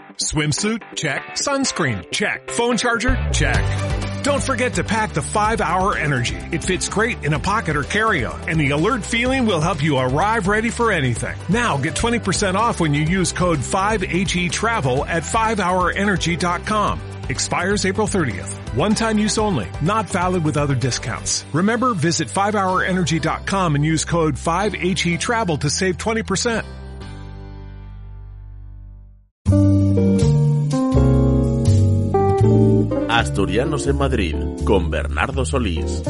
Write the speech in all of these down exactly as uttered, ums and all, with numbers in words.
Swimsuit? Check. Sunscreen? Check. Phone charger? Check. Don't forget to pack the five hour Energy. It fits great in a pocket or carry-on, and the alert feeling will help you arrive ready for anything. Now get twenty percent off when you use code five H E travel at five hour energy dot com. Expires April thirtieth. One-time use only. Not valid with other discounts. Remember, visit five hour energy dot com and use code five H E travel to save twenty percent. Asturianos en Madrid, con Bernardo Solís.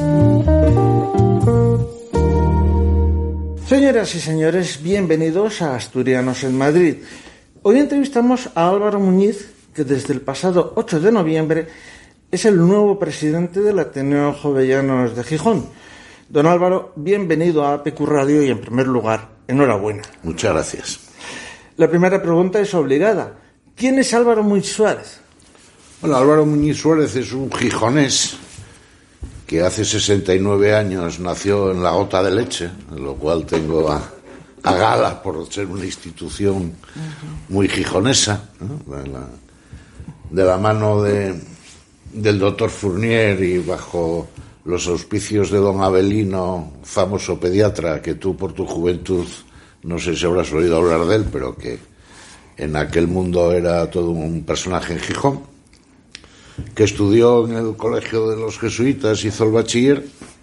Señoras y señores, bienvenidos a Asturianos en Madrid. Hoy entrevistamos a Álvaro Muñiz, que desde el pasado ocho de noviembre es el nuevo presidente del Ateneo Jovellanos de Gijón. Don Álvaro, bienvenido a A P Q Radio y, en primer lugar, enhorabuena. Muchas gracias. La primera pregunta es obligada. ¿Quién es Álvaro Muñiz Suárez? Bueno, Álvaro Muñiz Suárez es un gijonés que hace sesenta y nueve años nació en La Gota de Leche, en lo cual tengo a, a gala por ser una institución muy gijonesa, ¿no? de, la, de la mano de, del doctor Fournier y bajo los auspicios de don Avelino, famoso pediatra, que tú por tu juventud no sé si habrás oído hablar de él, pero que en aquel mundo era todo un personaje en Gijón, que estudió en el colegio de los jesuitas, hizo el bachiller,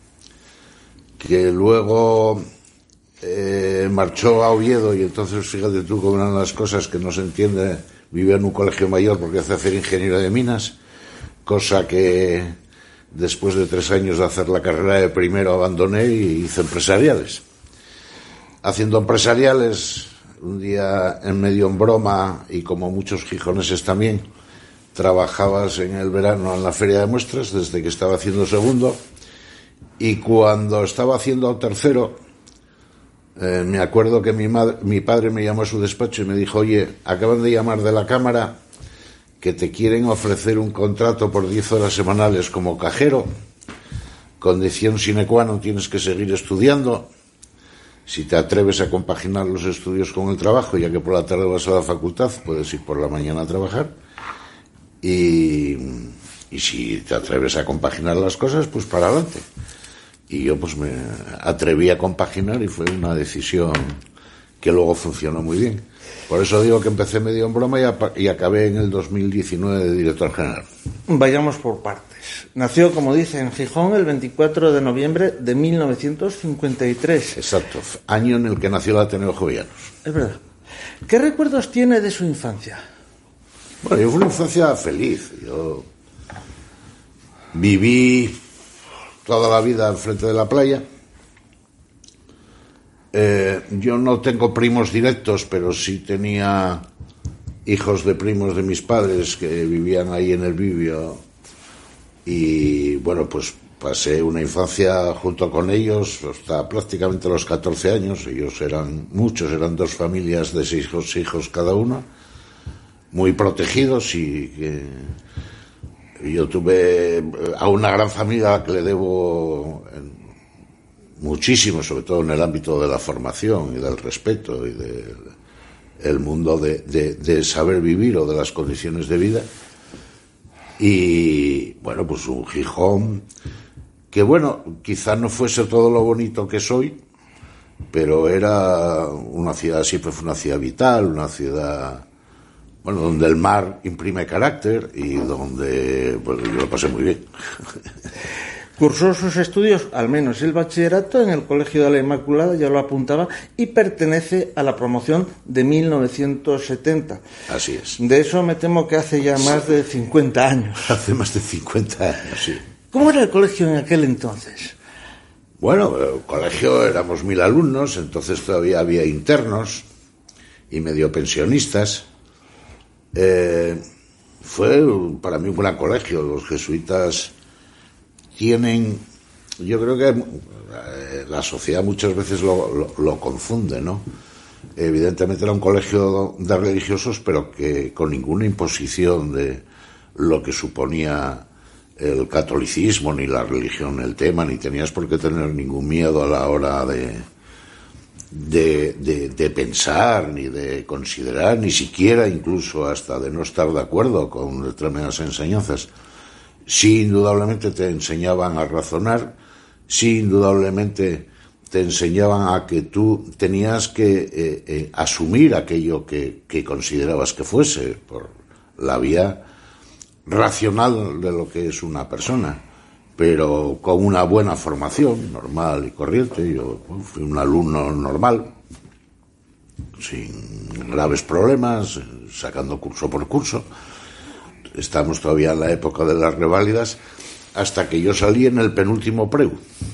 que luego eh, marchó a Oviedo, y entonces fíjate tú cómo eran las cosas, que no se entiende, vivía en un colegio mayor porque hace hacer ingeniero de minas, cosa que después de tres años de hacer la carrera de primero abandoné y hice empresariales. Haciendo empresariales, un día en medio en broma, y como muchos gijoneses también, trabajabas en el verano en la feria de muestras desde que estaba haciendo segundo, y cuando estaba haciendo tercero eh, me acuerdo que mi, madre, mi padre me llamó a su despacho y me dijo: oye, acaban de llamar de la cámara que te quieren ofrecer un contrato por diez horas semanales como cajero, condición sine qua non, tienes que seguir estudiando, si te atreves a compaginar los estudios con el trabajo, ya que por la tarde vas a la facultad, puedes ir por la mañana a trabajar. Y, y si te atreves a compaginar las cosas, pues para adelante. Y yo pues me atreví a compaginar y fue una decisión que luego funcionó muy bien. Por eso digo que empecé medio en broma y, a, y acabé en el dos mil diecinueve de director general. Vayamos por partes. Nació, como dice, en Gijón el veinticuatro de noviembre de mil novecientos cincuenta y tres. Exacto, año en el que nació el Ateneo Jovellanos. Es verdad. ¿Qué recuerdos tiene de su infancia? Bueno, yo fui una infancia feliz. Yo viví toda la vida al frente de la playa. Eh, yo no tengo primos directos, pero sí tenía hijos de primos de mis padres que vivían ahí en el Bibio. Y bueno, pues pasé una infancia junto con ellos hasta prácticamente los catorce años. Ellos eran muchos, eran dos familias de seis hijos, hijos cada uno, muy protegidos, y que yo tuve a una gran familia que le debo muchísimo, sobre todo en el ámbito de la formación y del respeto y del mundo de, de, de saber vivir o de las condiciones de vida. Y bueno, pues un Gijón que, bueno, quizá no fuese todo lo bonito que soy, pero era una ciudad, siempre fue una ciudad vital, una ciudad, bueno, donde el mar imprime carácter y donde, pues, yo lo pasé muy bien. Cursó sus estudios, al menos el bachillerato, en el Colegio de la Inmaculada, ya lo apuntaba, y pertenece a la promoción de mil novecientos setenta. Así es. De eso me temo que hace ya más de cincuenta años. Hace más de cincuenta años, sí. ¿Cómo era el colegio en aquel entonces? Bueno, el colegio éramos mil alumnos, entonces todavía había internos y medio pensionistas. Eh, fue para mí un gran colegio. Los jesuitas tienen, yo creo que eh, la sociedad muchas veces lo, lo, lo confunde, ¿no? Evidentemente era un colegio de religiosos, pero que con ninguna imposición de lo que suponía el catolicismo ni la religión el tema, ni tenías por qué tener ningún miedo a la hora de, de, de, de pensar, ni de considerar, ni siquiera incluso hasta de no estar de acuerdo con determinadas enseñanzas. Sí, indudablemente te enseñaban a razonar, sí, indudablemente te enseñaban a que tú tenías que eh, eh, asumir aquello que, que considerabas que fuese, por la vía racional de lo que es una persona, pero con una buena formación, normal y corriente. Yo bueno, fui un alumno normal, sin graves problemas, sacando curso por curso. Estamos todavía en la época de las reválidas, hasta que yo salí en el penúltimo preu.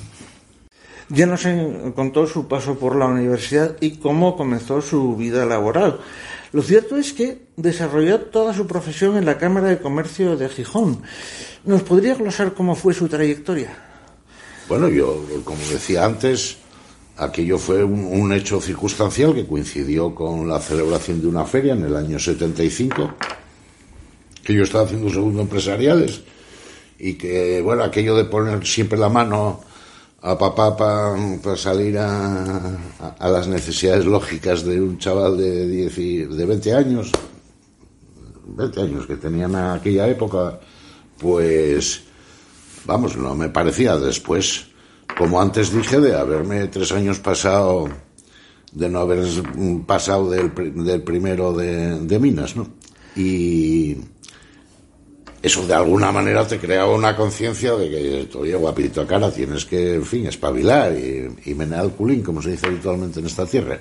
Ya nos contó su paso por la universidad y cómo comenzó su vida laboral. Lo cierto es que desarrolló toda su profesión en la Cámara de Comercio de Gijón. ¿Nos podría glosar cómo fue su trayectoria? Bueno, yo, como decía antes, aquello fue un, un hecho circunstancial que coincidió con la celebración de una feria en el año setenta y cinco, que yo estaba haciendo segundo empresariales, y que, bueno, aquello de poner siempre la mano a papá para pa salir a, a, a las necesidades lógicas de un chaval de, diez y, de veinte años, veinte años que tenían en aquella época, pues, vamos, no me parecía. Después, como antes dije, de haberme tres años pasado, de no haber pasado del, del primero de, de Minas, ¿no? Y eso de alguna manera te creaba una conciencia de que, oye, guapito cara, tienes que, en fin, espabilar y, y menear el culín, como se dice habitualmente en esta tierra.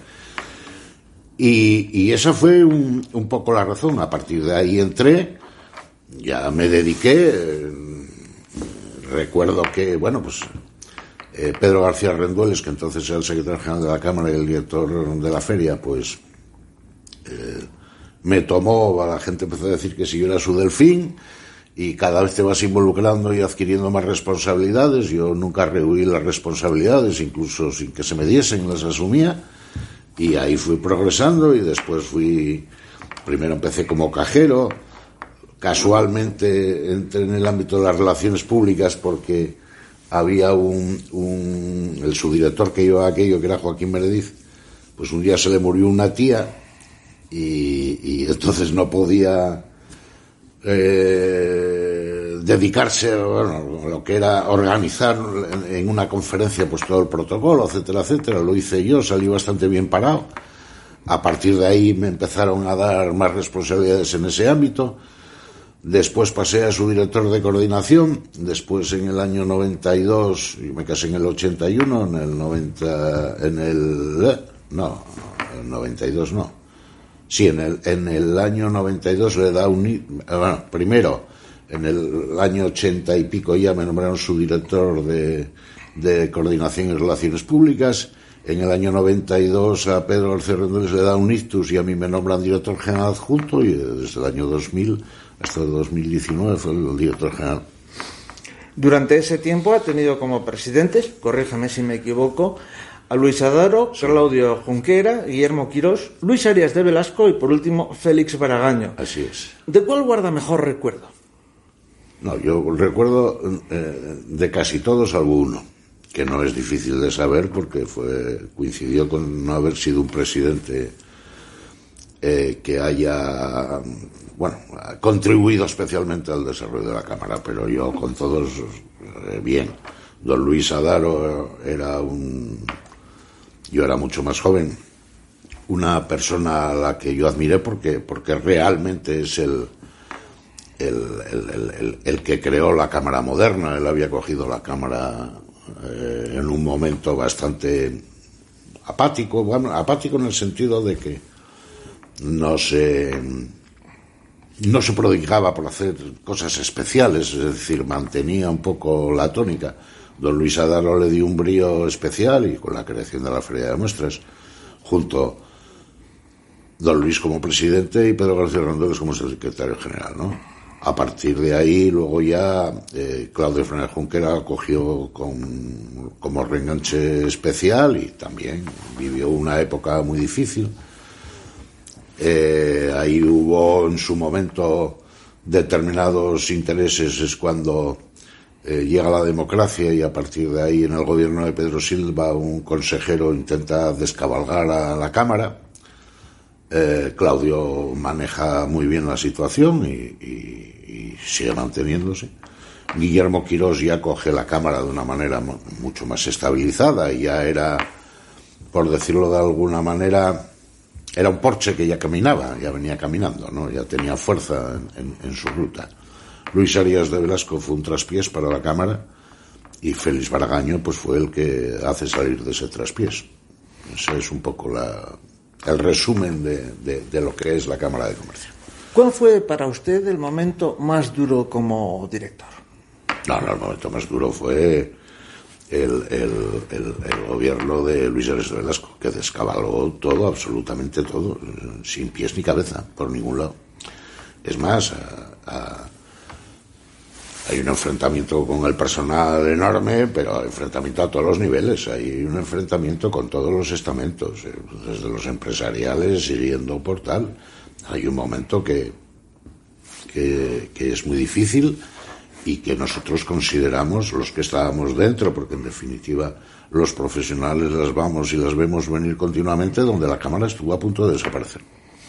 Y, y esa fue un, un poco la razón. A partir de ahí entré, ya me dediqué. Eh, recuerdo que, bueno, pues eh, Pedro García Rendueles, que entonces era el secretario general de la Cámara y el director de la feria, pues eh, me tomó, la gente empezó a decir que si yo era su delfín, y cada vez te vas involucrando y adquiriendo más responsabilidades. Yo nunca rehuí las responsabilidades, incluso sin que se me diesen, las asumía, y ahí fui progresando. Y después fui, primero empecé como cajero, casualmente entré en el ámbito de las relaciones públicas porque había un, un el subdirector que llevaba aquello, que era Joaquín Merediz, pues un día se le murió una tía y, y entonces no podía Eh, dedicarse a bueno, lo que era organizar en, en una conferencia pues todo el protocolo, etcétera, etcétera. Lo hice yo, salí bastante bien parado. A partir de ahí me empezaron a dar más responsabilidades en ese ámbito. Después pasé a su director de coordinación. Después, en el año noventa y dos, yo me casé en el ochenta y uno, en el noventa, en el no, en el noventa y dos no. Sí, en el, en el año noventa y dos le da un... Bueno, primero, en el año ochenta y pico ya me nombraron subdirector de, de Coordinación y Relaciones Públicas. En el año noventa y dos a Pedro García Rendueles le da un ictus y a mí me nombran director general adjunto, y desde el año dos mil hasta el dos mil diecinueve fue el director general. Durante ese tiempo ha tenido como presidentes, corrígeme si me equivoco, a Luis Adaro, Claudio Junquera, Guillermo Quirós, Luis Arias de Velasco y, por último, Félix Baragaño. Así es. ¿De cuál guarda mejor recuerdo? No, yo recuerdo eh, de casi todos, salvo uno, que no es difícil de saber porque fue coincidió con no haber sido un presidente eh, que haya, bueno, contribuido especialmente al desarrollo de la Cámara, pero yo con todos eh, bien. Don Luis Adaro era un... Yo era mucho más joven, una persona a la que yo admiré porque, porque realmente es el, el, el, el, el que creó la Cámara moderna. Él había cogido la Cámara eh, en un momento bastante apático, bueno, apático en el sentido de que no se, no se prodigaba por hacer cosas especiales, es decir, mantenía un poco la tónica. Don Luis Adaro le dio un brío especial, y con la creación de la Feria de Muestras, junto Don Luis como presidente y Pedro García Rendueles como secretario general, ¿no? A partir de ahí, luego ya eh, Claudio Fernández Junquera cogió con, como reenganche especial y también vivió una época muy difícil. Eh, ahí hubo en su momento determinados intereses, es cuando eh, llega la democracia y a partir de ahí en el gobierno de Pedro Silva un consejero intenta descabalgar a la Cámara. Eh, Claudio maneja muy bien la situación y, y, y sigue manteniéndose. Guillermo Quirós ya coge la Cámara de una manera mucho más estabilizada y ya era, por decirlo de alguna manera, era un Porsche que ya caminaba, ya venía caminando, ¿no? Ya tenía fuerza en, en, en su ruta. Luis Arias de Velasco fue un traspiés para la Cámara y Félix Baragaño pues fue el que hace salir de ese traspiés. Ese es un poco la, el resumen de, de, de lo que es la Cámara de Comercio. ¿Cuál fue para usted el momento más duro como director? No, no, el momento más duro fue el, el, el, el gobierno de Luis Arias de Velasco, que descabalgó todo, absolutamente todo, sin pies ni cabeza, por ningún lado. Es más, a, a, hay un enfrentamiento con el personal enorme, pero enfrentamiento a todos los niveles. Hay un enfrentamiento con todos los estamentos, desde los empresariales, siguiendo por tal. Hay un momento que, que, que es muy difícil y que nosotros consideramos, los que estábamos dentro, porque en definitiva los profesionales las vamos y las vemos venir continuamente, donde la Cámara estuvo a punto de desaparecer.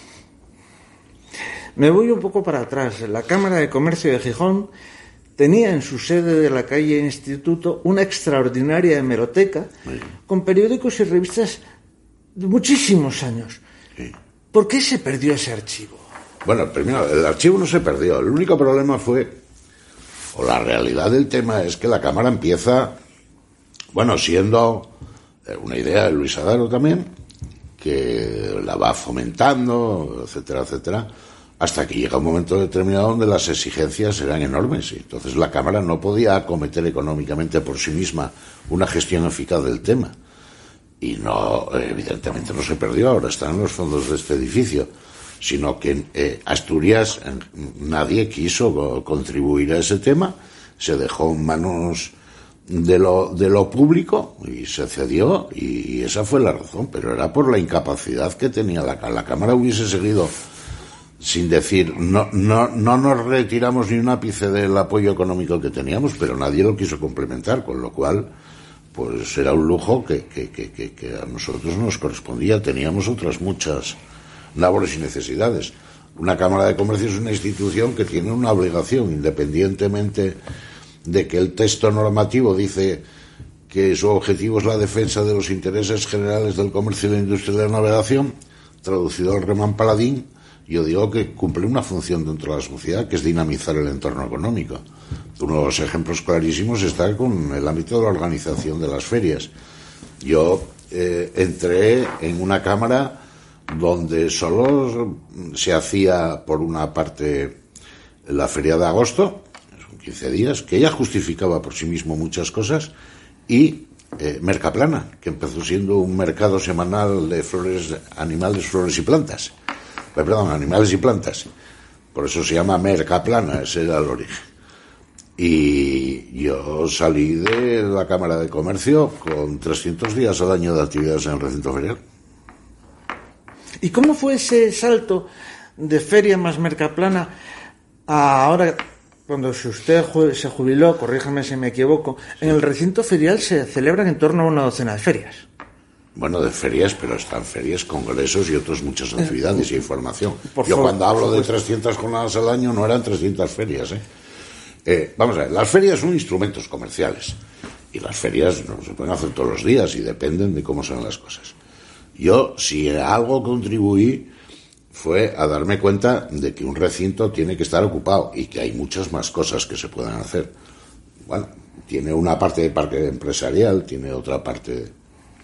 Me voy un poco para atrás. La Cámara de Comercio de Gijón tenía en su sede de la calle Instituto una extraordinaria hemeroteca sí. con periódicos y revistas de muchísimos años. Sí. ¿Por qué se perdió ese archivo? Bueno, primero, el archivo no se perdió. El único problema fue, o la realidad del tema es que la Cámara empieza, bueno, siendo una idea de Luis Adaro también, que la va fomentando, etcétera, etcétera, hasta que llega un momento determinado donde las exigencias eran enormes y entonces la Cámara no podía acometer económicamente por sí misma una gestión eficaz del tema. Y no, evidentemente no se perdió, ahora están en los fondos de este edificio, sino que en eh, Asturias eh, nadie quiso contribuir a ese tema, se dejó en manos de lo, de lo público y se cedió y, y esa fue la razón, pero era por la incapacidad que tenía la, la Cámara. Hubiese seguido sin decir, no, no, no nos retiramos ni un ápice del apoyo económico que teníamos, pero nadie lo quiso complementar, con lo cual pues era un lujo que, que, que, que, que a nosotros nos correspondía. Teníamos otras muchas labores y necesidades. Una Cámara de Comercio es una institución que tiene una obligación, independientemente de que el texto normativo dice que su objetivo es la defensa de los intereses generales del comercio y la industria de la navegación, traducido al Remán Paladín, yo digo que cumple una función dentro de la sociedad, que es dinamizar el entorno económico. Uno de los ejemplos clarísimos está con el ámbito de la organización de las ferias. Yo eh, entré en una cámara donde solo se hacía, por una parte, la feria de agosto, son quince días, que ella justificaba por sí mismo muchas cosas, y eh, Mercaplana, que empezó siendo un mercado semanal de flores, animales, flores y plantas. Perdón, animales y plantas. Por eso se llama Mercaplana, ese era el origen. Y yo salí de la Cámara de Comercio con trescientos días al año de actividades en el recinto ferial. ¿Y cómo fue ese salto de feria más Mercaplana a ahora, cuando usted se jubiló, corríjame si me equivoco, en el recinto ferial se celebran en torno a una docena de ferias? Bueno, de ferias, pero están ferias, congresos y otras muchas actividades y información. Por Yo favor, cuando hablo de trescientas jornadas al año no eran trescientas ferias, ¿eh? Eh, vamos a ver, las ferias son instrumentos comerciales y las ferias no se pueden hacer todos los días y dependen de cómo son las cosas. Yo, si algo contribuí, fue a darme cuenta de que un recinto tiene que estar ocupado y que hay muchas más cosas que se pueden hacer. Bueno, tiene una parte de parque empresarial, tiene otra parte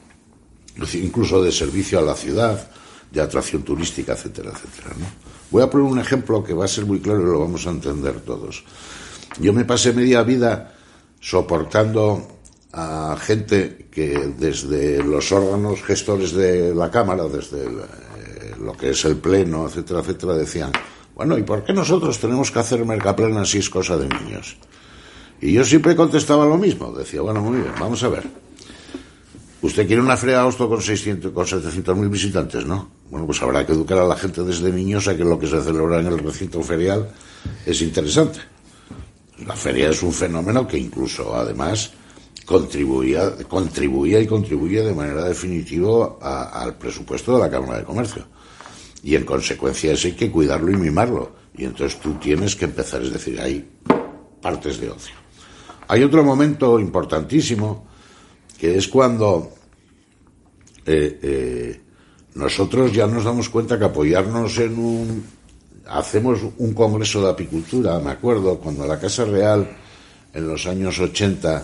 incluso de servicio a la ciudad, de atracción turística, etcétera, etcétera, ¿no? Voy a poner un ejemplo que va a ser muy claro y lo vamos a entender todos. Yo me pasé media vida soportando a gente que desde los órganos gestores de la Cámara, desde el, eh, lo que es el Pleno, etcétera, etcétera, decían, bueno, ¿y por qué nosotros tenemos que hacer Mercaplana si es cosa de niños? Y yo siempre contestaba lo mismo, decía, bueno, muy bien, vamos a ver. Usted quiere una feria de agosto con seiscientos, con setecientos mil visitantes, ¿no? Bueno, pues habrá que educar a la gente desde niños a que lo que se celebra en el recinto ferial es interesante. La feria es un fenómeno que incluso, además, contribuía, contribuía y contribuye de manera definitiva a, al presupuesto de la Cámara de Comercio. Y en consecuencia eso hay que cuidarlo y mimarlo. Y entonces tú tienes que empezar, es decir, hay partes de ocio. Hay otro momento importantísimo, que es cuando eh, eh, nosotros ya nos damos cuenta que apoyarnos en un... Hacemos un congreso de apicultura, me acuerdo, cuando la Casa Real, en los años ochenta,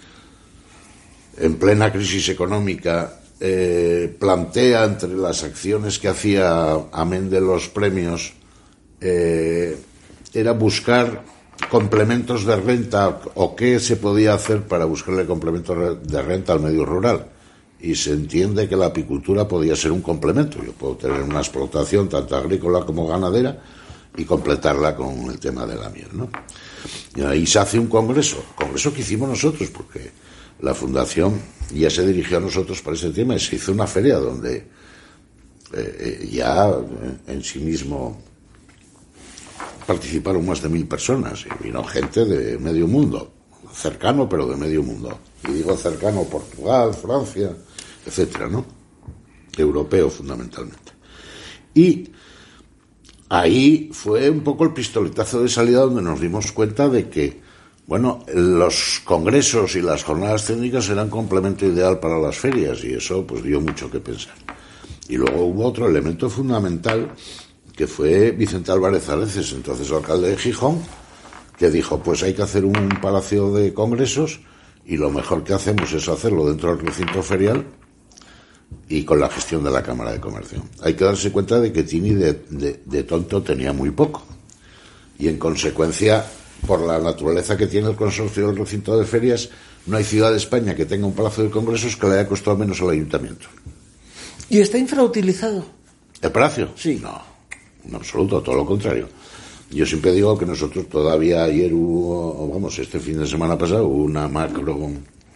en plena crisis económica, eh, plantea entre las acciones que hacía, amén de los premios, eh, era buscar complementos de renta o qué se podía hacer para buscarle complementos de renta al medio rural. Y se entiende que la apicultura podía ser un complemento. Yo puedo tener una explotación tanto agrícola como ganadera y completarla con el tema de la miel, ¿no? Y ahí se hace un congreso, congreso que hicimos nosotros, porque la fundación ya se dirigió a nosotros para ese tema y se hizo una feria donde eh, ya en sí mismo participaron más de mil personas y vino gente de medio mundo, cercano pero de medio mundo. Y digo cercano, Portugal, Francia, etcétera, ¿no? Europeo fundamentalmente. Y ahí fue un poco el pistoletazo de salida donde nos dimos cuenta de que, bueno, los congresos y las jornadas técnicas eran complemento ideal para las ferias y eso pues dio mucho que pensar. Y luego hubo otro elemento fundamental que fue Vicente Álvarez Areces, entonces alcalde de Gijón, que dijo, pues hay que hacer un palacio de congresos y lo mejor que hacemos es hacerlo dentro del recinto ferial y con la gestión de la Cámara de Comercio. Hay que darse cuenta de que Tini de, de, de tonto tenía muy poco y en consecuencia, por la naturaleza que tiene el consorcio del recinto de ferias, no hay ciudad de España que tenga un palacio de congresos que le haya costado menos al ayuntamiento. ¿Y está infrautilizado? ¿El palacio? Sí. No. En absoluto, todo lo contrario. Yo siempre digo que nosotros todavía ayer hubo, vamos, este fin de semana pasado hubo una macro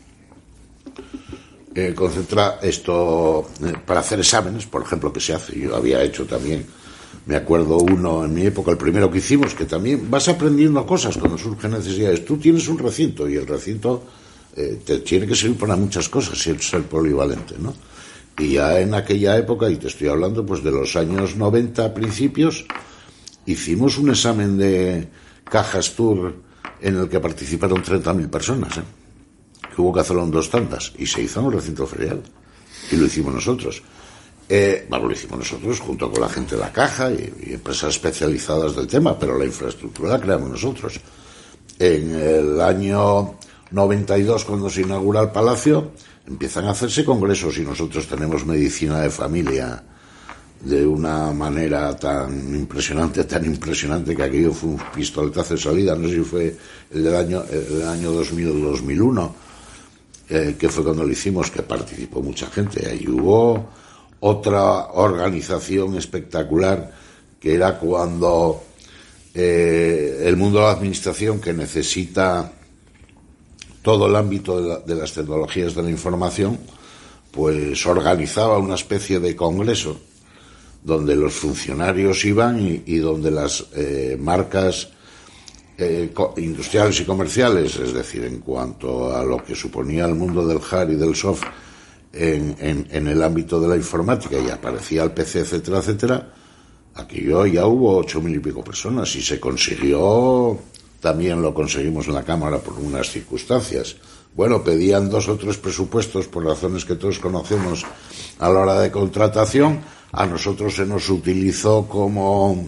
eh, concentra esto eh, para hacer exámenes, por ejemplo, que se hace. Yo había hecho también, me acuerdo uno en mi época, el primero que hicimos, que también vas aprendiendo cosas cuando surgen necesidades. Tú tienes un recinto y el recinto eh, te tiene que servir para muchas cosas y ser polivalente, ¿no? Y ya en aquella época, y te estoy hablando pues de los años noventa, principios, hicimos un examen de Cajas Tour en el que participaron treinta mil personas, ¿eh? Que hubo que hacerlo en dos tandas, y se hizo en el recinto ferial, y lo hicimos nosotros. Eh, bueno, lo hicimos nosotros junto con la gente de la Caja y, y empresas especializadas del tema, pero la infraestructura la creamos nosotros. En el año noventa y dos, cuando se inaugura el Palacio, empiezan a hacerse congresos y nosotros tenemos medicina de familia de una manera tan impresionante, tan impresionante que aquello fue un pistoletazo de salida. No sé si fue el del año, el del año dos mil o dos mil uno, eh, que fue cuando lo hicimos, que participó mucha gente. Ahí hubo otra organización espectacular, que era cuando eh, el mundo de la administración, que necesita todo el ámbito de, la, de las tecnologías de la información, pues organizaba una especie de congreso donde los funcionarios iban y, y donde las eh, marcas eh, industriales y comerciales, es decir, en cuanto a lo que suponía el mundo del hard y del soft en, en, en el ámbito de la informática, y aparecía el P C, etcétera, etcétera, aquello ya hubo ocho mil y pico personas y se consiguió. También lo conseguimos en la Cámara por unas circunstancias. Bueno, pedían dos o tres presupuestos por razones que todos conocemos a la hora de contratación. A nosotros se nos utilizó como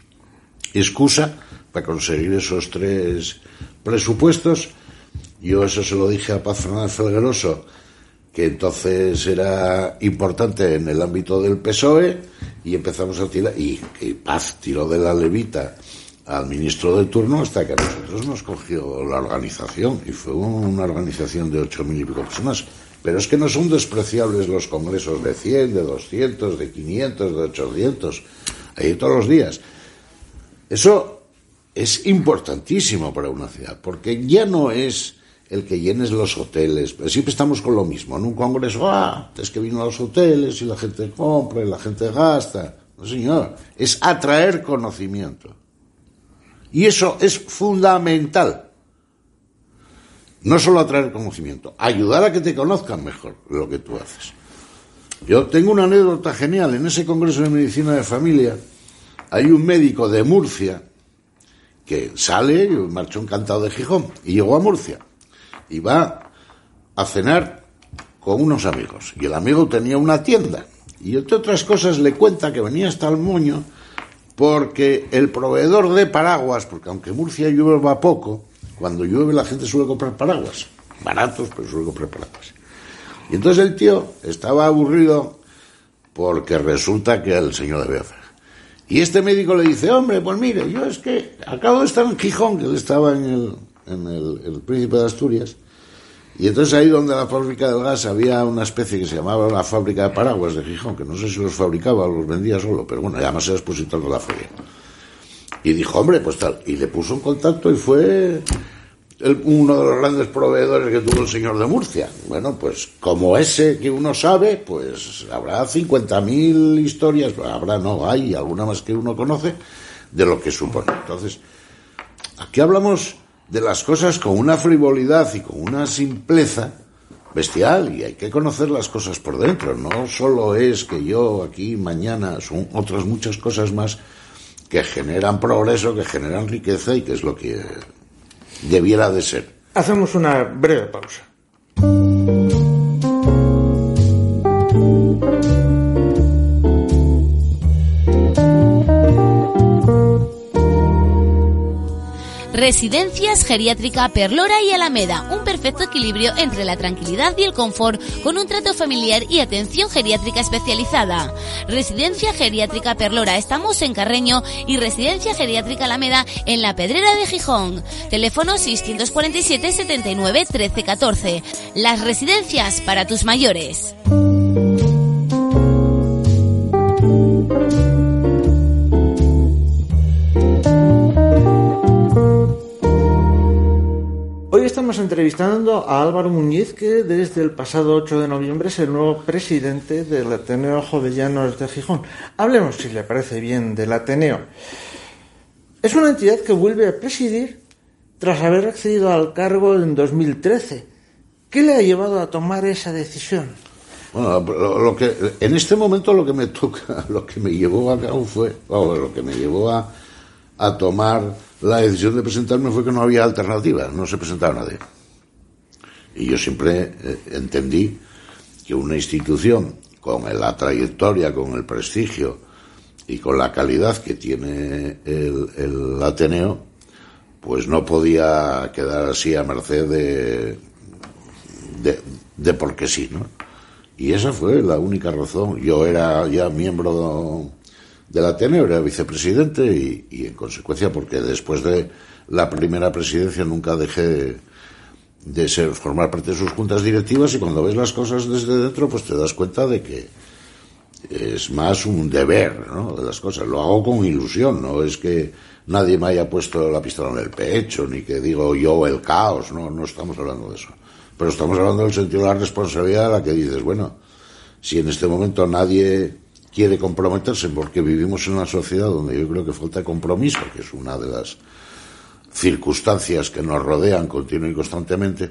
excusa para conseguir esos tres presupuestos. Yo eso se lo dije a Paz Fernández Felgueroso, que entonces era importante en el ámbito del P S O E, y empezamos a tirar, y que Paz tiró de la levita al ministro de turno hasta que a nosotros nos cogió la organización, y fue una organización de ocho mil y pico personas. Pero es que no son despreciables los congresos de cien, de doscientos, de quinientos, de ochocientos, ahí todos los días. Eso es importantísimo para una ciudad, porque ya no es el que llenes los hoteles. Siempre estamos con lo mismo. En un congreso, ah, es que vino a los hoteles y la gente compra y la gente gasta. No, señor, es atraer conocimiento. Y eso es fundamental no solo atraer conocimiento, ayudar a que te conozcan mejor lo que tú haces. Yo tengo una anécdota genial. En ese Congreso de Medicina de Familia hay un médico de Murcia que sale, marchó encantado de Gijón, y llegó a Murcia, y va a cenar con unos amigos, y el amigo tenía una tienda, y entre otras cosas le cuenta que venía hasta el moño porque el proveedor de paraguas, porque aunque Murcia llueva poco, cuando llueve la gente suele comprar paraguas, baratos, pero suele comprar paraguas. Y entonces el tío estaba aburrido porque resulta que el señor de Beaza. Y este médico le dice, hombre, pues mire, yo es que acabo de estar en Gijón, que él estaba en el, en el, el Príncipe de Asturias, y entonces ahí donde la fábrica del gas había una especie que se llamaba la fábrica de paraguas de Gijón, que no sé si los fabricaba o los vendía solo, pero bueno, además era expositor de la feria. Y dijo, hombre, pues tal, y le puso en contacto y fue el, uno de los grandes proveedores que tuvo el señor de Murcia. Bueno, pues como ese que uno sabe, pues habrá cincuenta mil historias, habrá, no, hay alguna más que uno conoce, de lo que supone. Entonces, aquí hablamos de las cosas con una frivolidad y con una simpleza bestial, y hay que conocer las cosas por dentro. No solo es que yo aquí mañana, son otras muchas cosas más que generan progreso, que generan riqueza y que es lo que debiera de ser. Hacemos una breve pausa. Residencias Geriátrica Perlora y Alameda, un perfecto equilibrio entre la tranquilidad y el confort, con un trato familiar y atención geriátrica especializada. Residencia Geriátrica Perlora, estamos en Carreño, y Residencia Geriátrica Alameda en La Pedrera de Gijón. Teléfono seiscientos cuarenta y siete, setenta y nueve, trece, catorce. Las residencias para tus mayores. Hoy estamos entrevistando a Álvaro Muñiz, que desde el pasado ocho de noviembre es el nuevo presidente del Ateneo Jovellanos de Gijón. Hablemos, si le parece bien, del Ateneo. Es una entidad que vuelve a presidir tras haber accedido al cargo en dos mil trece. ¿Qué le ha llevado a tomar esa decisión? Bueno, lo, lo que en este momento lo que me toca, lo que me llevó a cabo fue, bueno, lo que me llevó a, a tomar la decisión de presentarme fue que no había alternativa, no se presentaba nadie. Y yo siempre eh, entendí que una institución con la trayectoria, con el prestigio y con la calidad que tiene el, el Ateneo, pues no podía quedar así a merced de, de, de porque sí, ¿no? Y esa fue la única razón. Yo era ya miembro del Ateneo, era vicepresidente y, y en consecuencia, porque después de la primera presidencia nunca dejé de ser, formar parte de sus juntas directivas, y cuando ves las cosas desde dentro pues te das cuenta de que es más un deber, ¿no?, de las cosas. Lo hago con ilusión, no es que nadie me haya puesto la pistola en el pecho, ni que digo yo el caos, no, no estamos hablando de eso. Pero estamos hablando del sentido de la responsabilidad, a la que dices, bueno, si en este momento nadie quiere comprometerse, porque vivimos en una sociedad donde yo creo que falta compromiso, que es una de las circunstancias que nos rodean continua y constantemente,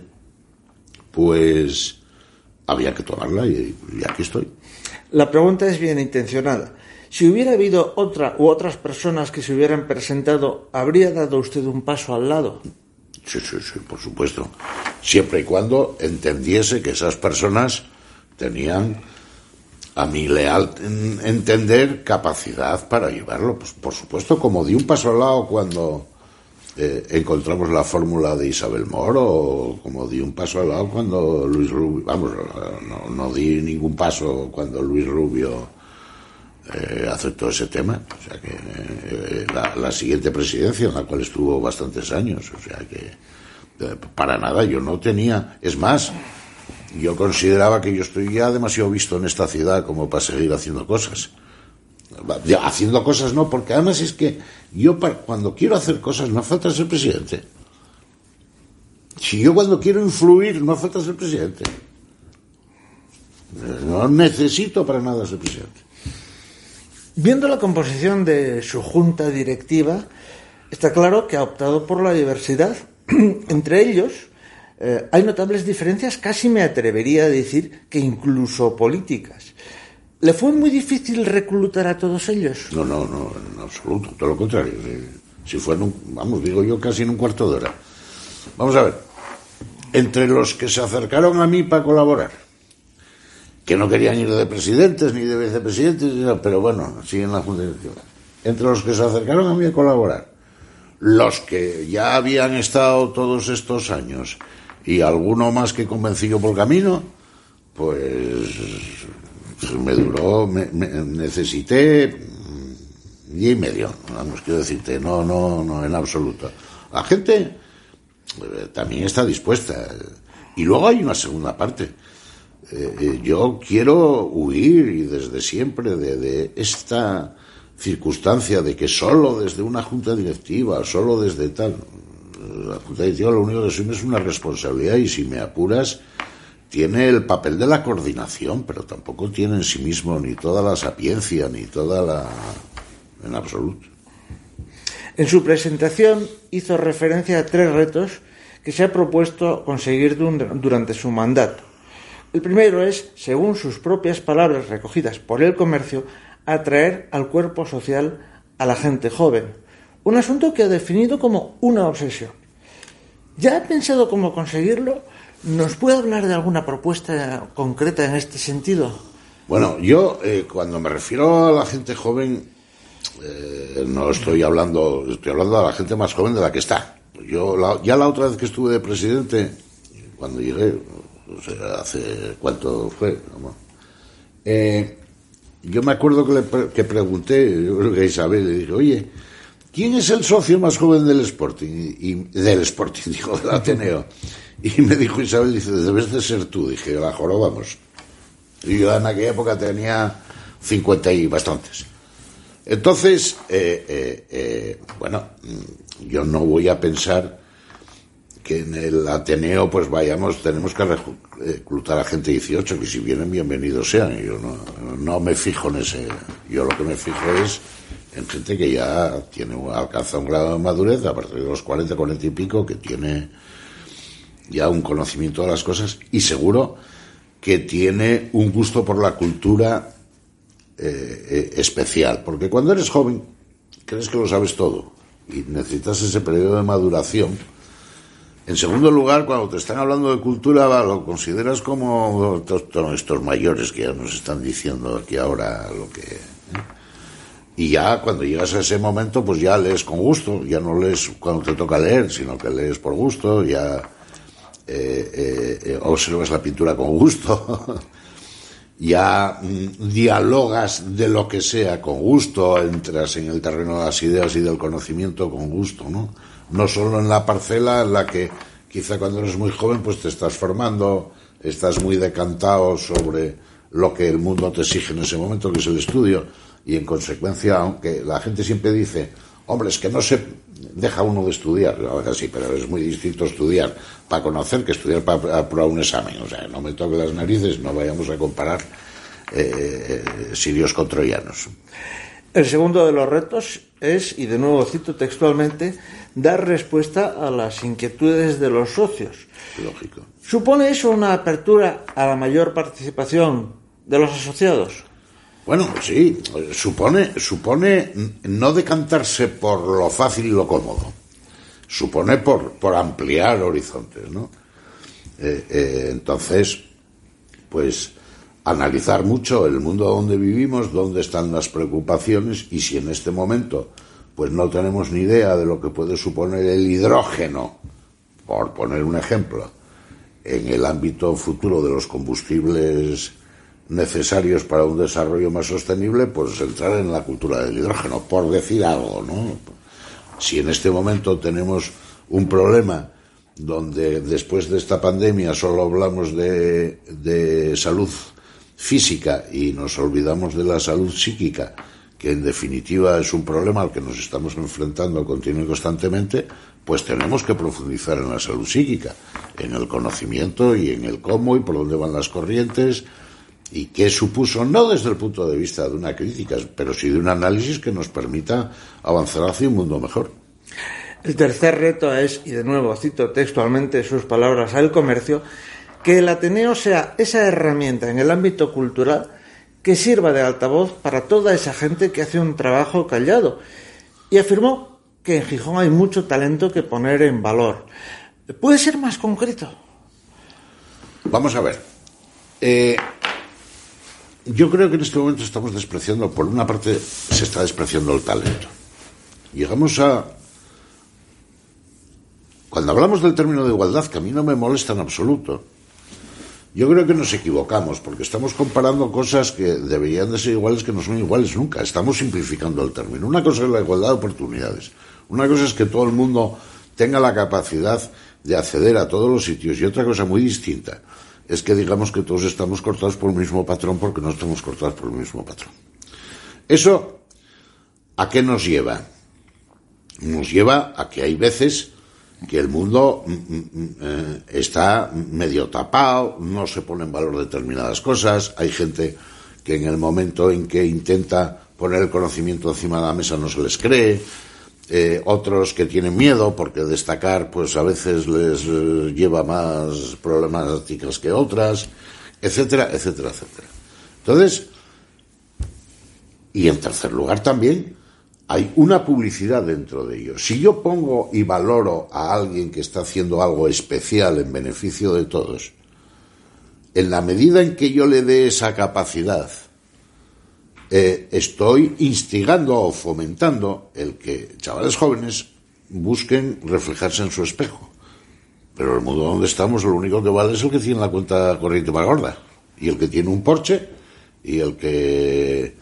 pues había que tomarla y, y aquí estoy. La pregunta es bien intencionada. Si hubiera habido otra u otras personas que se hubieran presentado, ¿habría dado usted un paso al lado? Sí, sí, sí, por supuesto. Siempre y cuando entendiese que esas personas tenían, a mi leal entender, capacidad para llevarlo. Pues por supuesto, como di un paso al lado cuando eh, encontramos la fórmula de Isabel Moro, o como di un paso al lado cuando Luis Rubio, vamos, no, no di ningún paso cuando Luis Rubio eh, aceptó ese tema. O sea que eh, la, la siguiente presidencia, en la cual estuvo bastantes años, o sea que eh, para nada, yo no tenía, es más, yo consideraba que yo estoy ya demasiado visto en esta ciudad como para seguir haciendo cosas. Haciendo cosas no, porque además es que yo para, cuando quiero hacer cosas no hace falta ser presidente. Si yo cuando quiero influir no hace falta ser presidente. No necesito para nada ser presidente. Viendo la composición de su junta directiva, está claro que ha optado por la diversidad. Entre ellos, eh, hay notables diferencias, casi me atrevería a decir que incluso políticas. ¿Le fue muy difícil reclutar a todos ellos? No, no, no, en absoluto, todo lo contrario. Si fue en un, vamos, digo yo, casi en un cuarto de hora. Vamos a ver, entre los que se acercaron a mí para colaborar, que no querían ir de presidentes ni de vicepresidentes, pero bueno, siguen la Junta Directiva. Entre los que se acercaron a mí a colaborar, los que ya habían estado todos estos años y alguno más que convencí yo por el camino, pues me duró, me, me necesité día y medio, vamos, quiero decirte, no, no, no, en absoluto. La gente eh, también está dispuesta. Y luego hay una segunda parte. Eh, yo quiero huir, y desde siempre, de, de esta circunstancia de que solo desde una junta directiva, solo desde tal... La junta directiva lo único que asume es una responsabilidad, y si me apuras, tiene el papel de la coordinación, pero tampoco tiene en sí mismo ni toda la sapiencia, ni toda la... en absoluto. En su presentación hizo referencia a tres retos que se ha propuesto conseguir durante su mandato. El primero es, según sus propias palabras recogidas por El Comercio, atraer al cuerpo social a la gente joven, un asunto que ha definido como una obsesión. ¿Ya ha pensado cómo conseguirlo? ¿Nos puede hablar de alguna propuesta concreta en este sentido? Bueno, yo eh, cuando me refiero a la gente joven, eh, no estoy hablando, estoy hablando de la gente más joven de la que está. Yo la, ya la otra vez que estuve de presidente, cuando llegué, o sea, hace cuánto fue, ¿no? eh, yo me acuerdo que, le, que pregunté, yo creo que a Isabel, le dije, oye, ¿quién es el socio más joven del Sporting? Y, y del Sporting, dijo, del Ateneo. Y me dijo Isabel, dice, debes de ser tú. Dije, la jorobamos. Y yo en aquella época tenía cincuenta y bastantes. Entonces, eh, eh, eh, bueno, yo no voy a pensar que en el Ateneo pues vayamos, tenemos que reclutar a gente de dieciocho, que si vienen, bienvenidos sean. Yo no, no me fijo en ese, yo lo que me fijo es en gente que ya tiene, alcanza un grado de madurez a partir de los cuarenta, cuarenta y pico, que tiene ya un conocimiento de las cosas, y seguro que tiene un gusto por la cultura eh, eh, especial, porque cuando eres joven crees que lo sabes todo y necesitas ese periodo de maduración. En segundo lugar, cuando te están hablando de cultura, va, lo consideras como todos estos mayores que ya nos están diciendo aquí ahora lo que... ¿eh? Y ya cuando llegas a ese momento, pues ya lees con gusto, ya no lees cuando te toca leer, sino que lees por gusto, ya eh, eh, eh, observas la pintura con gusto, ya mm, dialogas de lo que sea con gusto, entras en el terreno de las ideas y del conocimiento con gusto, ¿no? No solo en la parcela en la que quizá cuando eres muy joven pues te estás formando, estás muy decantado sobre lo que el mundo te exige en ese momento, que es el estudio, y en consecuencia, aunque la gente siempre dice, hombre, es que no se deja uno de estudiar, ahora sí, pero es muy distinto estudiar para conocer que estudiar para aprobar un examen. O sea, no me toque las narices, no vayamos a comparar eh, sirios con troyanos. El segundo de los retos es, y de nuevo cito textualmente, dar respuesta a las inquietudes de los socios. Lógico. ¿Supone eso una apertura a la mayor participación de los asociados? Bueno, sí, supone, supone no decantarse por lo fácil y lo cómodo, supone por, por ampliar horizontes, ¿no? Eh, eh, entonces, pues, analizar mucho el mundo donde vivimos, dónde están las preocupaciones, y si en este momento pues no tenemos ni idea de lo que puede suponer el hidrógeno, por poner un ejemplo, en el ámbito futuro de los combustibles necesarios para un desarrollo más sostenible, pues entrar en la cultura del hidrógeno, por decir algo, ¿no? Si en este momento tenemos un problema donde después de esta pandemia solo hablamos de, de salud física y nos olvidamos de la salud psíquica, que en definitiva es un problema al que nos estamos enfrentando continuamente y constantemente, pues tenemos que profundizar en la salud psíquica, en el conocimiento y en el cómo y por dónde van las corrientes, y qué supuso, no desde el punto de vista de una crítica, pero sí de un análisis que nos permita avanzar hacia un mundo mejor. El tercer reto es, y de nuevo cito textualmente sus palabras al comercio, que el Ateneo sea esa herramienta en el ámbito cultural que sirva de altavoz para toda esa gente que hace un trabajo callado. Y afirmó que en Gijón hay mucho talento que poner en valor. ¿Puede ser más concreto? Vamos a ver. Eh, yo creo que en este momento estamos despreciando, por una parte se está despreciando el talento. Llegamos a... Cuando hablamos del término de igualdad, que a mí no me molesta en absoluto, yo creo que nos equivocamos, porque estamos comparando cosas que deberían de ser iguales que no son iguales nunca. Estamos simplificando el término. Una cosa es la igualdad de oportunidades. Una cosa es que todo el mundo tenga la capacidad de acceder a todos los sitios. Y otra cosa muy distinta es que digamos que todos estamos cortados por el mismo patrón porque no estamos cortados por el mismo patrón. ¿Eso a qué nos lleva? Nos lleva a que hay veces que el mundo eh, está medio tapado, no se pone en valor determinadas cosas, hay gente que en el momento en que intenta poner el conocimiento encima de la mesa no se les cree, eh, otros que tienen miedo porque destacar pues a veces les eh, lleva más problemáticas que otras, etcétera, etcétera, etcétera. Entonces, y en tercer lugar también, hay una publicidad dentro de ello. Si yo pongo y valoro a alguien que está haciendo algo especial en beneficio de todos, en la medida en que yo le dé esa capacidad, eh, estoy instigando o fomentando el que chavales jóvenes busquen reflejarse en su espejo. Pero el mundo donde estamos, lo único que vale es el que tiene la cuenta corriente más gorda, y el que tiene un Porsche, y el que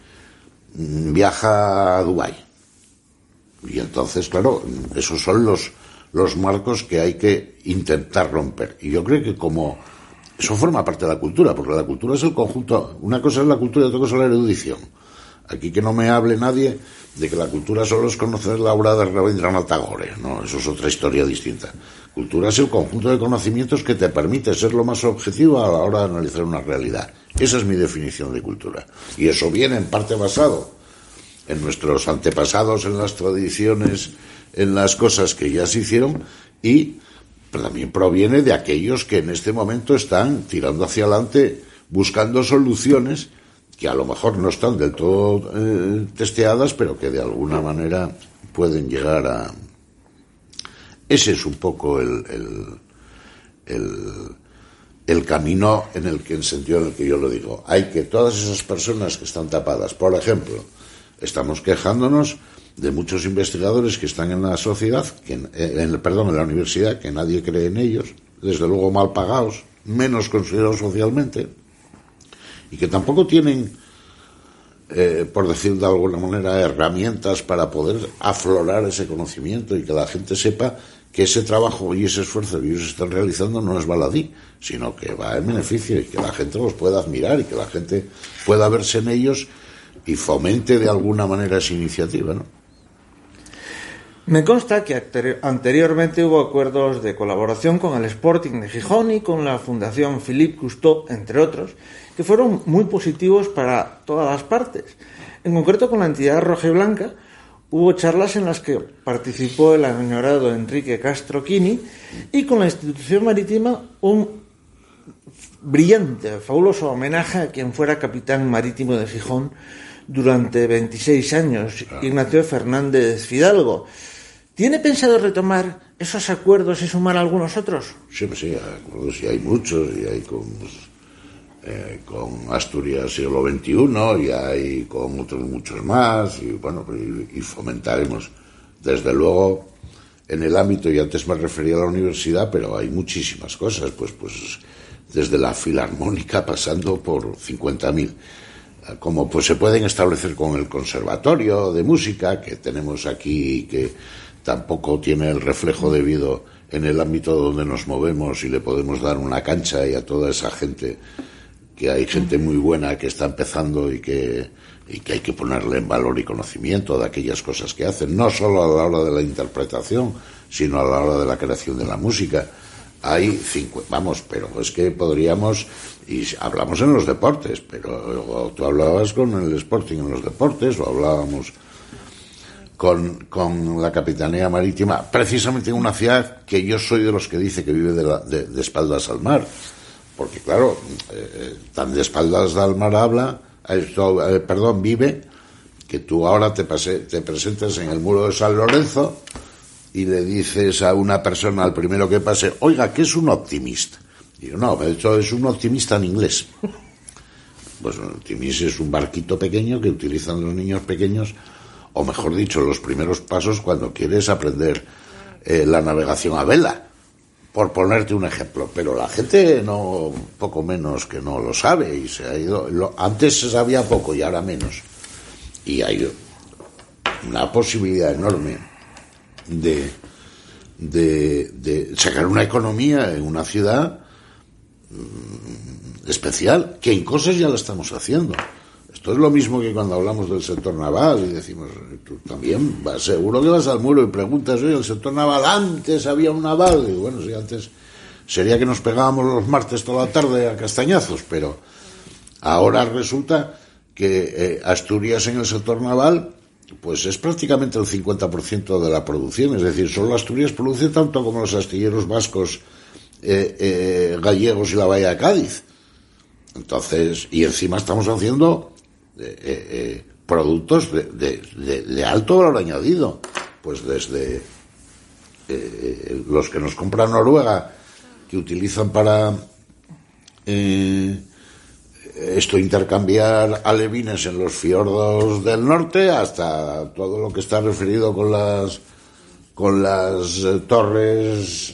viaja a Dubái. Y entonces, claro, esos son los, los marcos que hay que intentar romper. Y yo creo que como eso forma parte de la cultura, porque la cultura es el conjunto. Una cosa es la cultura y otra cosa es la erudición. Aquí que no me hable nadie de que la cultura solo es conocer la obra de Rabindranath Tagore. No, eso es otra historia distinta. Cultura es el conjunto de conocimientos que te permite ser lo más objetivo a la hora de analizar una realidad. Esa es mi definición de cultura. Y eso viene en parte basado en nuestros antepasados, en las tradiciones, en las cosas que ya se hicieron, y también proviene de aquellos que en este momento están tirando hacia adelante, buscando soluciones que a lo mejor no están del todo eh, testeadas, pero que de alguna manera pueden llegar a... Ese es un poco el, el, el, el camino en el que, en sentido en el que yo lo digo. Hay que todas esas personas que están tapadas, por ejemplo, estamos quejándonos de muchos investigadores que están en la sociedad, que en, en, perdón, en la universidad, que nadie cree en ellos, desde luego mal pagados, menos considerados socialmente, y que tampoco tienen, eh, por decir de alguna manera, herramientas para poder aflorar ese conocimiento y que la gente sepa que ese trabajo y ese esfuerzo que ellos están realizando no es baladí, sino que va en beneficio y que la gente los pueda admirar y que la gente pueda verse en ellos y fomente de alguna manera esa iniciativa, ¿no? Me consta que anteriormente hubo acuerdos de colaboración con el Sporting de Gijón y con la Fundación Philippe Cousteau, entre otros, que fueron muy positivos para todas las partes. En concreto, con la entidad rojiblanca hubo charlas en las que participó el añorado Enrique Castro Quini, y con la institución marítima un brillante, fabuloso homenaje a quien fuera capitán marítimo de Gijón durante veintiséis años, Ignacio Fernández Fidalgo. ¿Tiene pensado retomar esos acuerdos y sumar algunos otros? Sí, sí, acuerdos y hay muchos, y hay con, eh, con Asturias siglo veintiuno, y hay con otros muchos más, y bueno, y, y fomentaremos. Desde luego, en el ámbito, y antes me refería a la universidad, pero hay muchísimas cosas, pues, pues desde la filarmónica pasando por cincuenta mil. Como pues se pueden establecer con el conservatorio de música que tenemos aquí, que tampoco tiene el reflejo debido en el ámbito donde nos movemos, y le podemos dar una cancha y a toda esa gente, que hay gente muy buena que está empezando y que, y que hay que ponerle en valor y conocimiento de aquellas cosas que hacen, no solo a la hora de la interpretación, sino a la hora de la creación de la música. Hay cinco, vamos, pero es que podríamos, y hablamos en los deportes, pero tú hablabas con el Sporting en los deportes, o hablábamos con, con la Capitanía Marítima, precisamente en una ciudad que yo soy de los que dice que vive de, la, de, de espaldas al mar, porque claro, eh, tan de espaldas al mar habla, esto, eh, perdón, vive, que tú ahora te, pase, te presentas en el muro de San Lorenzo y le dices a una persona, al primero que pase, oiga, ¿qué es un optimista? Y yo, no, de hecho es un optimista en inglés. Pues un optimista es un barquito pequeño que utilizan los niños pequeños, o mejor dicho, los primeros pasos cuando quieres aprender eh, la navegación a vela, por ponerte un ejemplo. Pero la gente no, poco menos que no lo sabe, y se ha ido, lo, antes se sabía poco y ahora menos. Y hay una posibilidad enorme de, de, de sacar una economía en una ciudad mmm, especial, que en cosas ya lo estamos haciendo. Esto es lo mismo que cuando hablamos del sector naval y decimos, tú también vas, seguro que vas al muro y preguntas, oye, el sector naval, antes había un naval, y bueno, si antes sería que nos pegábamos los martes toda la tarde a castañazos, pero ahora resulta que eh, Asturias en el sector naval pues es prácticamente el cincuenta por ciento de la producción, es decir, solo Asturias produce tanto como los astilleros vascos, eh, eh, gallegos y la Bahía de Cádiz. Entonces, y encima estamos haciendo eh, eh, productos de, de, de, de alto valor añadido, pues desde eh, los que nos compra Noruega, que utilizan para eh, esto intercambiar alevines en los fiordos del norte, hasta todo lo que está referido con las con las eh, torres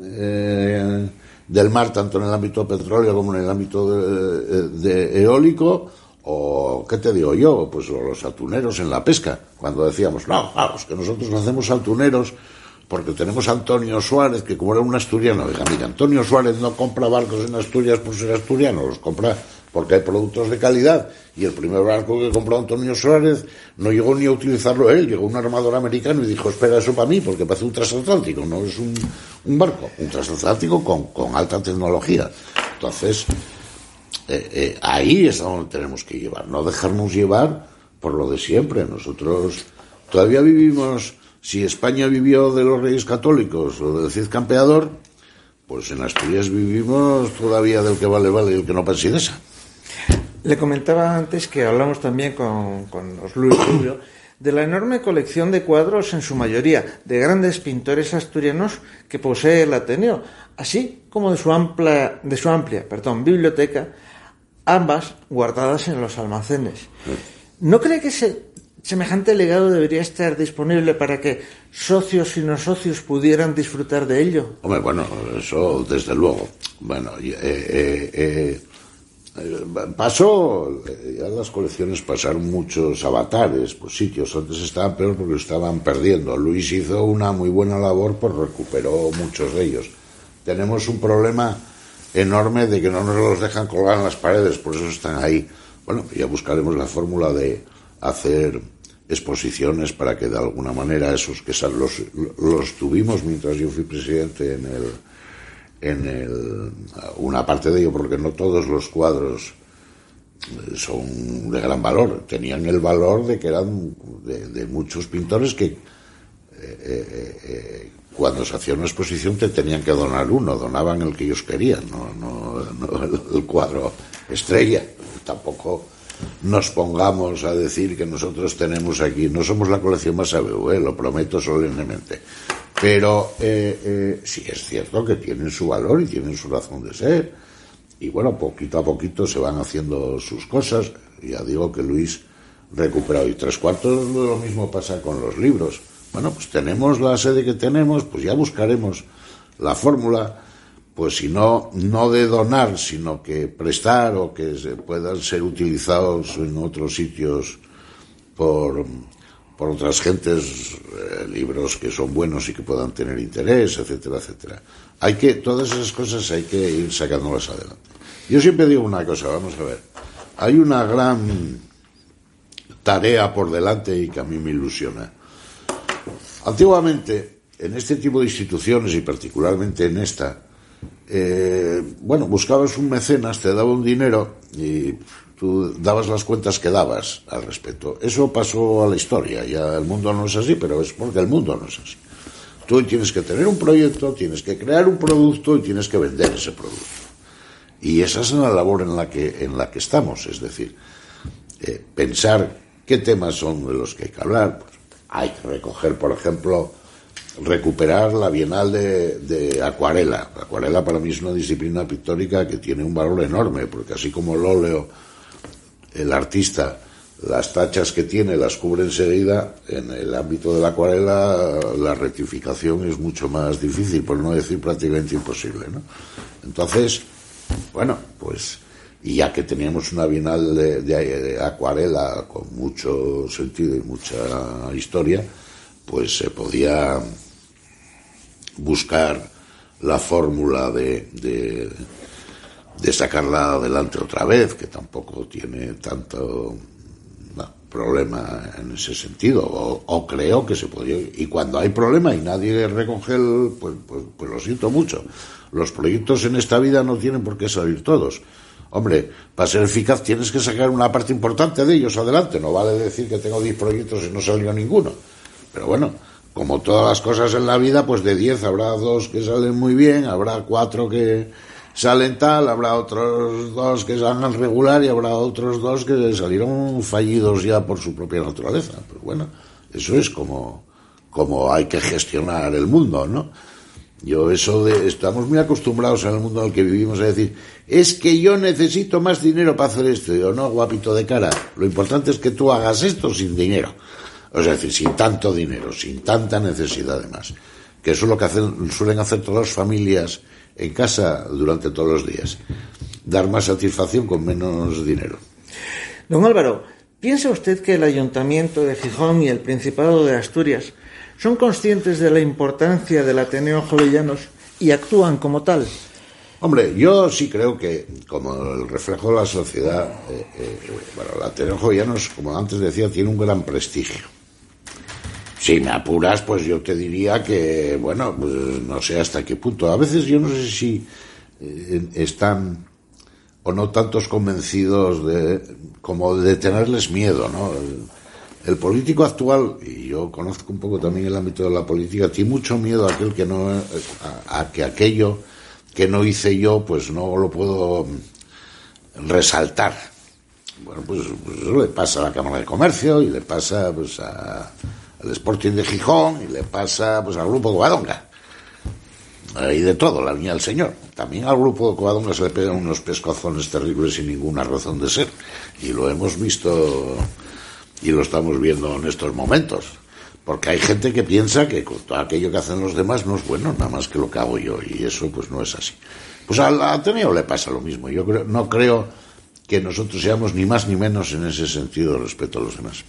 eh, del mar, tanto en el ámbito petróleo como en el ámbito de, de eólico, o qué te digo yo, pues los atuneros en la pesca, cuando decíamos, no, vamos, que nosotros no hacemos atuneros porque tenemos a Antonio Suárez, que como era un asturiano, oiga, mira, Antonio Suárez no compra barcos en Asturias por ser asturiano, los compra porque hay productos de calidad, y el primer barco que compró Antonio Suárez no llegó ni a utilizarlo él, llegó un armador americano y dijo, espera eso para mí, porque parece un transatlántico, no es un, un barco, un transatlántico con, con alta tecnología. Entonces, eh, eh, ahí es donde tenemos que llevar, no dejarnos llevar por lo de siempre. Nosotros todavía vivimos, si España vivió de los Reyes Católicos o del Cid Campeador, pues en Asturias vivimos todavía del que vale vale y el que no pensidesa. Le comentaba antes que hablamos también con, con los Luis Rubio de la enorme colección de cuadros, en su mayoría de grandes pintores asturianos, que posee el Ateneo, así como de su amplia, de su amplia perdón, biblioteca, ambas guardadas en los almacenes. ¿No cree que ese semejante legado debería estar disponible para que socios y no socios pudieran disfrutar de ello? Hombre, bueno, eso desde luego. Bueno, eh, eh, eh, pasó, ya las colecciones pasaron muchos avatares, pues sitios, antes estaban peor porque estaban perdiendo. Luis hizo una muy buena labor, pues recuperó muchos de ellos. Tenemos un problema enorme de que no nos los dejan colgar en las paredes, por eso están ahí. Bueno, ya buscaremos la fórmula de hacer exposiciones para que de alguna manera esos que los, los tuvimos mientras yo fui presidente en el en el una parte de ello, porque no todos los cuadros son de gran valor, tenían el valor de que eran de, de muchos pintores que eh, eh, eh, cuando se hacía una exposición te tenían que donar uno, donaban el que ellos querían, no, no, no el, el cuadro estrella. Tampoco nos pongamos a decir que nosotros tenemos aquí, no somos la colección más A B U, eh, lo prometo solemnemente, pero eh, eh, sí es cierto que tienen su valor y tienen su razón de ser, y bueno, poquito a poquito se van haciendo sus cosas. Ya digo que Luis recuperado, y tres cuartos de lo mismo pasa con los libros. Bueno, pues tenemos la sede que tenemos, pues ya buscaremos la fórmula, pues si no, no de donar, sino que prestar, o que se puedan ser utilizados en otros sitios por, por otras gentes, eh, libros que son buenos y que puedan tener interés, etcétera, etcétera. Hay que, todas esas cosas hay que ir sacándolas adelante. Yo siempre digo una cosa, vamos a ver, hay una gran tarea por delante y que a mí me ilusiona. Antiguamente, en este tipo de instituciones y particularmente en esta, Eh, bueno, buscabas un mecenas, te daba un dinero y tú dabas las cuentas que dabas al respecto. Eso pasó a la historia, ya el mundo no es así, pero es porque el mundo no es así. Tú tienes que tener un proyecto, tienes que crear un producto y tienes que vender ese producto. Y esa es la labor en la que, en la que estamos, es decir, eh, pensar qué temas son de los que hay que hablar. Pues hay que recoger, por ejemplo, recuperar la Bienal de, de Acuarela. La acuarela para mí es una disciplina pictórica que tiene un valor enorme, porque así como el óleo, el artista, las tachas que tiene las cubre enseguida, en el ámbito de la acuarela la rectificación es mucho más difícil, por no decir prácticamente imposible, ¿no? Entonces, bueno, pues, y ya que teníamos una Bienal de, de, de acuarela con mucho sentido y mucha historia, pues se podía buscar la fórmula de, de, de sacarla adelante otra vez, que tampoco tiene tanto no, problema en ese sentido, o, o creo que se podría. Y cuando hay problema y nadie recoge el, pues, pues, pues lo siento mucho. Los proyectos en esta vida no tienen por qué salir todos. Hombre, para ser eficaz tienes que sacar una parte importante de ellos adelante. No vale decir que tengo diez proyectos y no salió ninguno. Pero bueno, como todas las cosas en la vida, pues de diez habrá dos que salen muy bien, habrá cuatro que salen tal, habrá otros dos que salgan regular y habrá otros dos que salieron fallidos ya por su propia naturaleza. Pero bueno, eso es como, como hay que gestionar el mundo, ¿no? Yo eso de, estamos muy acostumbrados en el mundo en el que vivimos a decir, es que yo necesito más dinero para hacer esto. Yo, no, guapito de cara, lo importante es que tú hagas esto sin dinero. O sea, es decir, sin tanto dinero, sin tanta necesidad de más. Que eso es lo que hacen, suelen hacer todas las familias en casa durante todos los días. Dar más satisfacción con menos dinero. Don Álvaro, ¿piensa usted que el Ayuntamiento de Gijón y el Principado de Asturias son conscientes de la importancia del Ateneo Jovellanos y actúan como tal? Hombre, yo sí creo que, como el reflejo de la sociedad, eh, eh, bueno, el Ateneo Jovellanos, como antes decía, tiene un gran prestigio. Si me apuras, pues yo te diría que, bueno, pues no sé hasta qué punto. A veces yo no sé si eh, están o no tantos convencidos de, como de tenerles miedo, ¿no? El, el político actual, y yo conozco un poco también el ámbito de la política, tiene mucho miedo a aquel que no, a, a que aquello que no hice yo, pues no lo puedo resaltar. Bueno, pues, pues eso le pasa a la Cámara de Comercio y le pasa pues a al Sporting de Gijón y le pasa pues al Grupo Covadonga. Y de todo, la Viña del Señor. También al Grupo Covadonga se le pegan unos pescozones terribles sin ninguna razón de ser. Y lo hemos visto y lo estamos viendo en estos momentos. Porque hay gente que piensa que todo aquello que hacen los demás no es bueno, nada más que lo que hago yo. Y eso pues no es así. Pues al Ateneo le pasa lo mismo. Yo creo, no creo que nosotros seamos ni más ni menos en ese sentido respecto a los demás.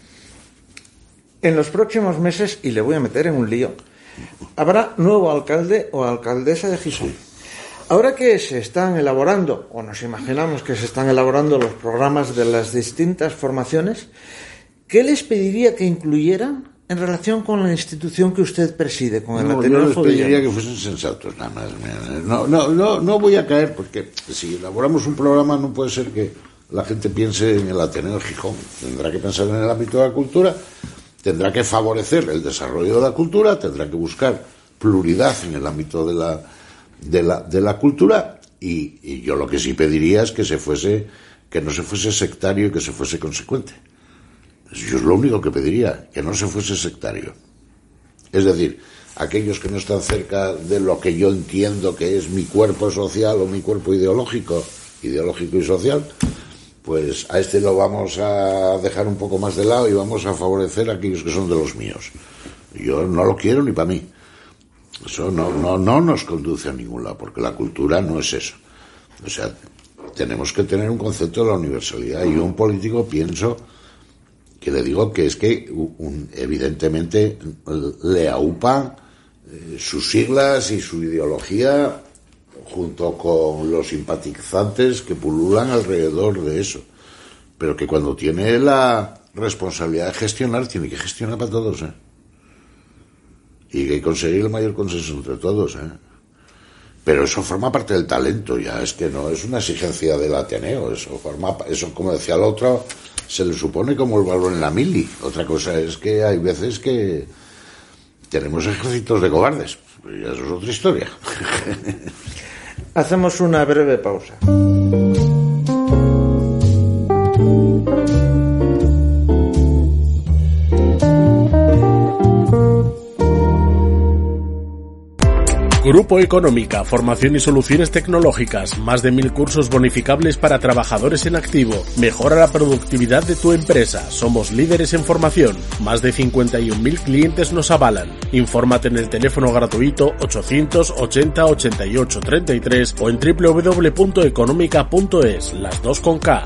En los próximos meses, y le voy a meter en un lío, habrá nuevo alcalde o alcaldesa de Gijón. Ahora que se están elaborando, o nos imaginamos que se están elaborando los programas de las distintas formaciones, ¿qué les pediría que incluyeran en relación con la institución que usted preside, con el no, Ateneo Jovellanos? Yo les pediría Jovellanos? que fuesen sensatos, nada más. No, no, no, no voy a caer, porque si elaboramos un programa no puede ser que la gente piense en el Ateneo de Gijón. Tendrá que pensar en el ámbito de la cultura, tendrá que favorecer el desarrollo de la cultura, tendrá que buscar pluralidad en el ámbito de la, de la, de la cultura y, y yo lo que sí pediría es que se fuese, que no se fuese sectario y que se fuese consecuente. Yo es lo único que pediría, que no se fuese sectario. Es decir, aquellos que no están cerca de lo que yo entiendo que es mi cuerpo social o mi cuerpo ideológico, ideológico y social, pues a este lo vamos a dejar un poco más de lado y vamos a favorecer a aquellos que son de los míos. Yo no lo quiero ni para mí. Eso no, no, no nos conduce a ningún lado, porque la cultura no es eso. O sea, tenemos que tener un concepto de la universalidad. Y yo, un político, pienso que le digo que es que un, evidentemente le aupa eh, sus siglas y su ideología junto con los simpatizantes que pululan alrededor de eso, pero que cuando tiene la responsabilidad de gestionar, tiene que gestionar para todos, ¿eh? Y que conseguir el mayor consenso entre todos, ¿eh? Pero eso forma parte del talento, ya es que no es una exigencia del Ateneo, eso forma, eso como decía el otro, se le supone como el valor en la mili. Otra cosa es que hay veces que tenemos ejércitos de cobardes, pero ya eso es otra historia. Hacemos una breve pausa. Grupo Económica, formación y soluciones tecnológicas, más de mil cursos bonificables para trabajadores en activo. Mejora la productividad de tu empresa. Somos líderes en formación. Más de cincuenta y un mil clientes nos avalan. Infórmate en el teléfono gratuito ochocientos ochenta ochenta y ocho treinta y tres o en doble u doble u doble u punto económica punto es, las dos con K.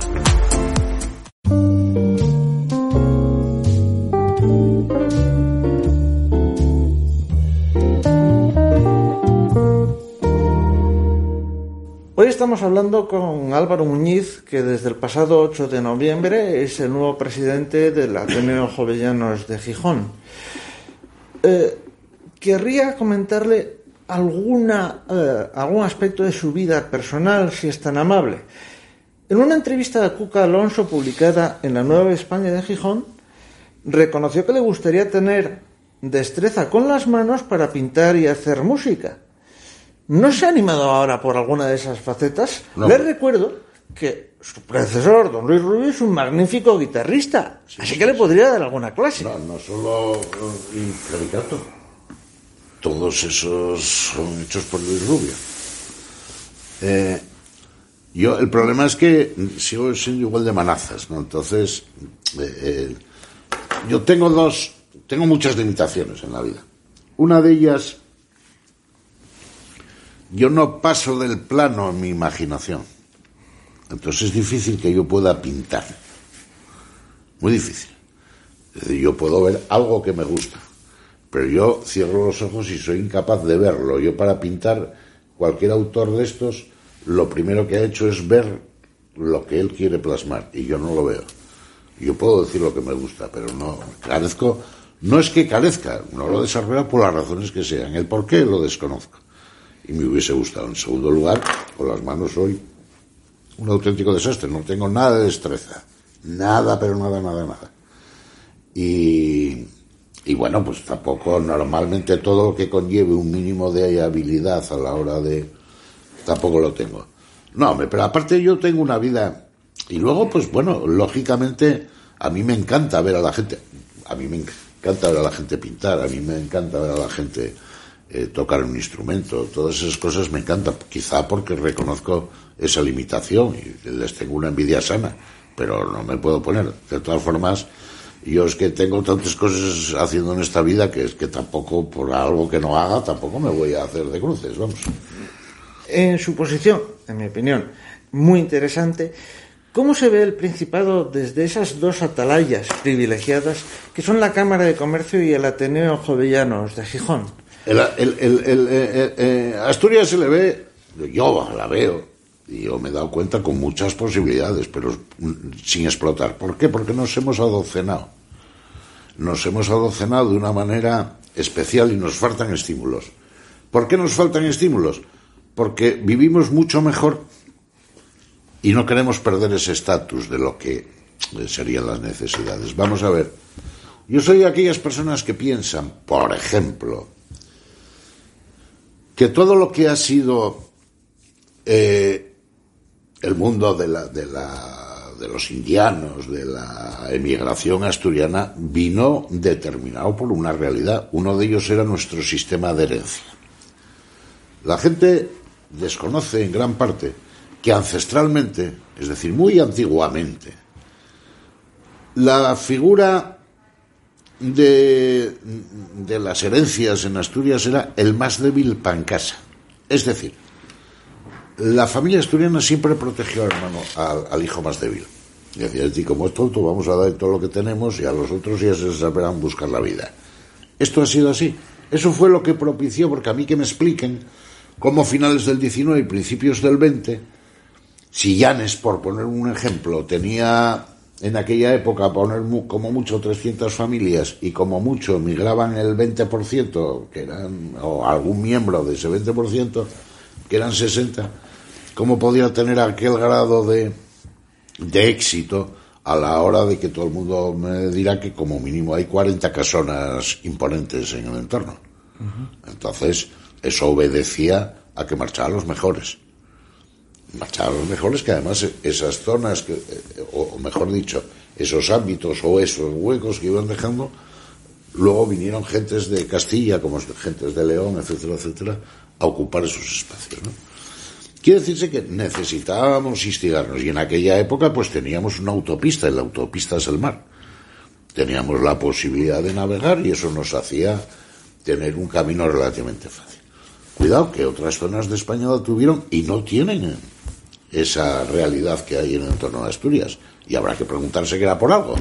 Hoy estamos hablando con Álvaro Muñiz, que desde el pasado ocho de noviembre es el nuevo presidente del Ateneo Jovellanos de Gijón. Eh, querría comentarle alguna, eh, algún aspecto de su vida personal, si es tan amable. En una entrevista a Cuca Alonso publicada en la Nueva España de Gijón, reconoció que le gustaría tener destreza con las manos para pintar y hacer música. ¿No se ha animado ahora por alguna de esas facetas? No. Les recuerdo que su predecesor, don Luis Rubio, es un magnífico guitarrista, sí, así sí, que le podría dar alguna clase. No, no solo el predicato. Todos esos son hechos por Luis Rubio. Eh, yo, el problema es que sigo siendo igual de manazas, ¿no? Entonces, eh, eh, yo tengo dos, tengo muchas limitaciones en la vida. Una de ellas, yo no paso del plano en mi imaginación. Entonces es difícil que yo pueda pintar. Muy difícil. Es decir, yo puedo ver algo que me gusta, pero yo cierro los ojos y soy incapaz de verlo. Yo para pintar, cualquier autor de estos, lo primero que ha hecho es ver lo que él quiere plasmar, y yo no lo veo. Yo puedo decir lo que me gusta, pero no carezco. No es que carezca, no lo desarrollo por las razones que sean. El por qué lo desconozco. Y me hubiese gustado. En segundo lugar, con las manos soy un auténtico desastre. No tengo nada de destreza. Nada, pero nada, nada, nada. Y, y bueno, pues tampoco, normalmente todo lo que conlleve un mínimo de habilidad a la hora de... Tampoco lo tengo. No, hombre, pero aparte yo tengo una vida... Y luego, pues bueno, lógicamente, a mí me encanta ver a la gente... A mí me encanta ver a la gente pintar, a mí me encanta ver a la gente... Eh, tocar un instrumento, todas esas cosas me encantan, quizá porque reconozco esa limitación y les tengo una envidia sana, pero no me puedo poner. De todas formas, yo es que tengo tantas cosas haciendo en esta vida que es que tampoco, por algo que no haga, tampoco me voy a hacer de cruces, vamos. En su posición, en mi opinión, muy interesante, ¿cómo se ve el Principado desde esas dos atalayas privilegiadas que son la Cámara de Comercio y el Ateneo Jovellanos de Gijón? El, el, el, el, el, el, el Asturias se le ve, yo la veo, y yo me he dado cuenta con muchas posibilidades, pero sin explotar. ¿Por qué? Porque nos hemos adocenado. Nos hemos adocenado de una manera especial y nos faltan estímulos. ¿Por qué nos faltan estímulos? Porque vivimos mucho mejor y no queremos perder ese estatus de lo que serían las necesidades. Vamos a ver. Yo soy de aquellas personas que piensan, por ejemplo, que todo lo que ha sido eh, el mundo de, la, de, la, de los indianos, de la emigración asturiana, vino determinado por una realidad. Uno de ellos era nuestro sistema de herencia. La gente desconoce en gran parte que ancestralmente, es decir, muy antiguamente, la figura De, de las herencias en Asturias era el más débil pa' en casa. Es decir, la familia asturiana siempre protegió al hermano, al, al hijo más débil. Y decía, y como es tonto, vamos a dar todo lo que tenemos y a los otros ya se sabrán buscar la vida. Esto ha sido así. Eso fue lo que propició, porque a mí que me expliquen cómo finales del diecinueve y principios del veinte, si Llanes, por poner un ejemplo, tenía... En aquella época, poner como mucho trescientas familias y como mucho migraban el veinte por ciento, que eran, o algún miembro de ese veinte por ciento, que eran sesenta, ¿cómo podía tener aquel grado de, de éxito a la hora de que todo el mundo me dirá que como mínimo hay cuarenta casonas imponentes en el entorno? Uh-huh. Entonces, eso obedecía a que marchaban los mejores. Marchaban los mejores, que además esas zonas, que, o mejor dicho, esos ámbitos o esos huecos que iban dejando, luego vinieron gentes de Castilla, como gentes de León, etcétera, etcétera, a ocupar esos espacios, ¿no? Quiere decirse que necesitábamos instigarnos, y en aquella época pues teníamos una autopista, y la autopista es el mar. Teníamos la posibilidad de navegar y eso nos hacía tener un camino relativamente fácil. Cuidado, que otras zonas de España lo tuvieron y no tienen esa realidad que hay en el entorno de Asturias. Y habrá que preguntarse que era por algo.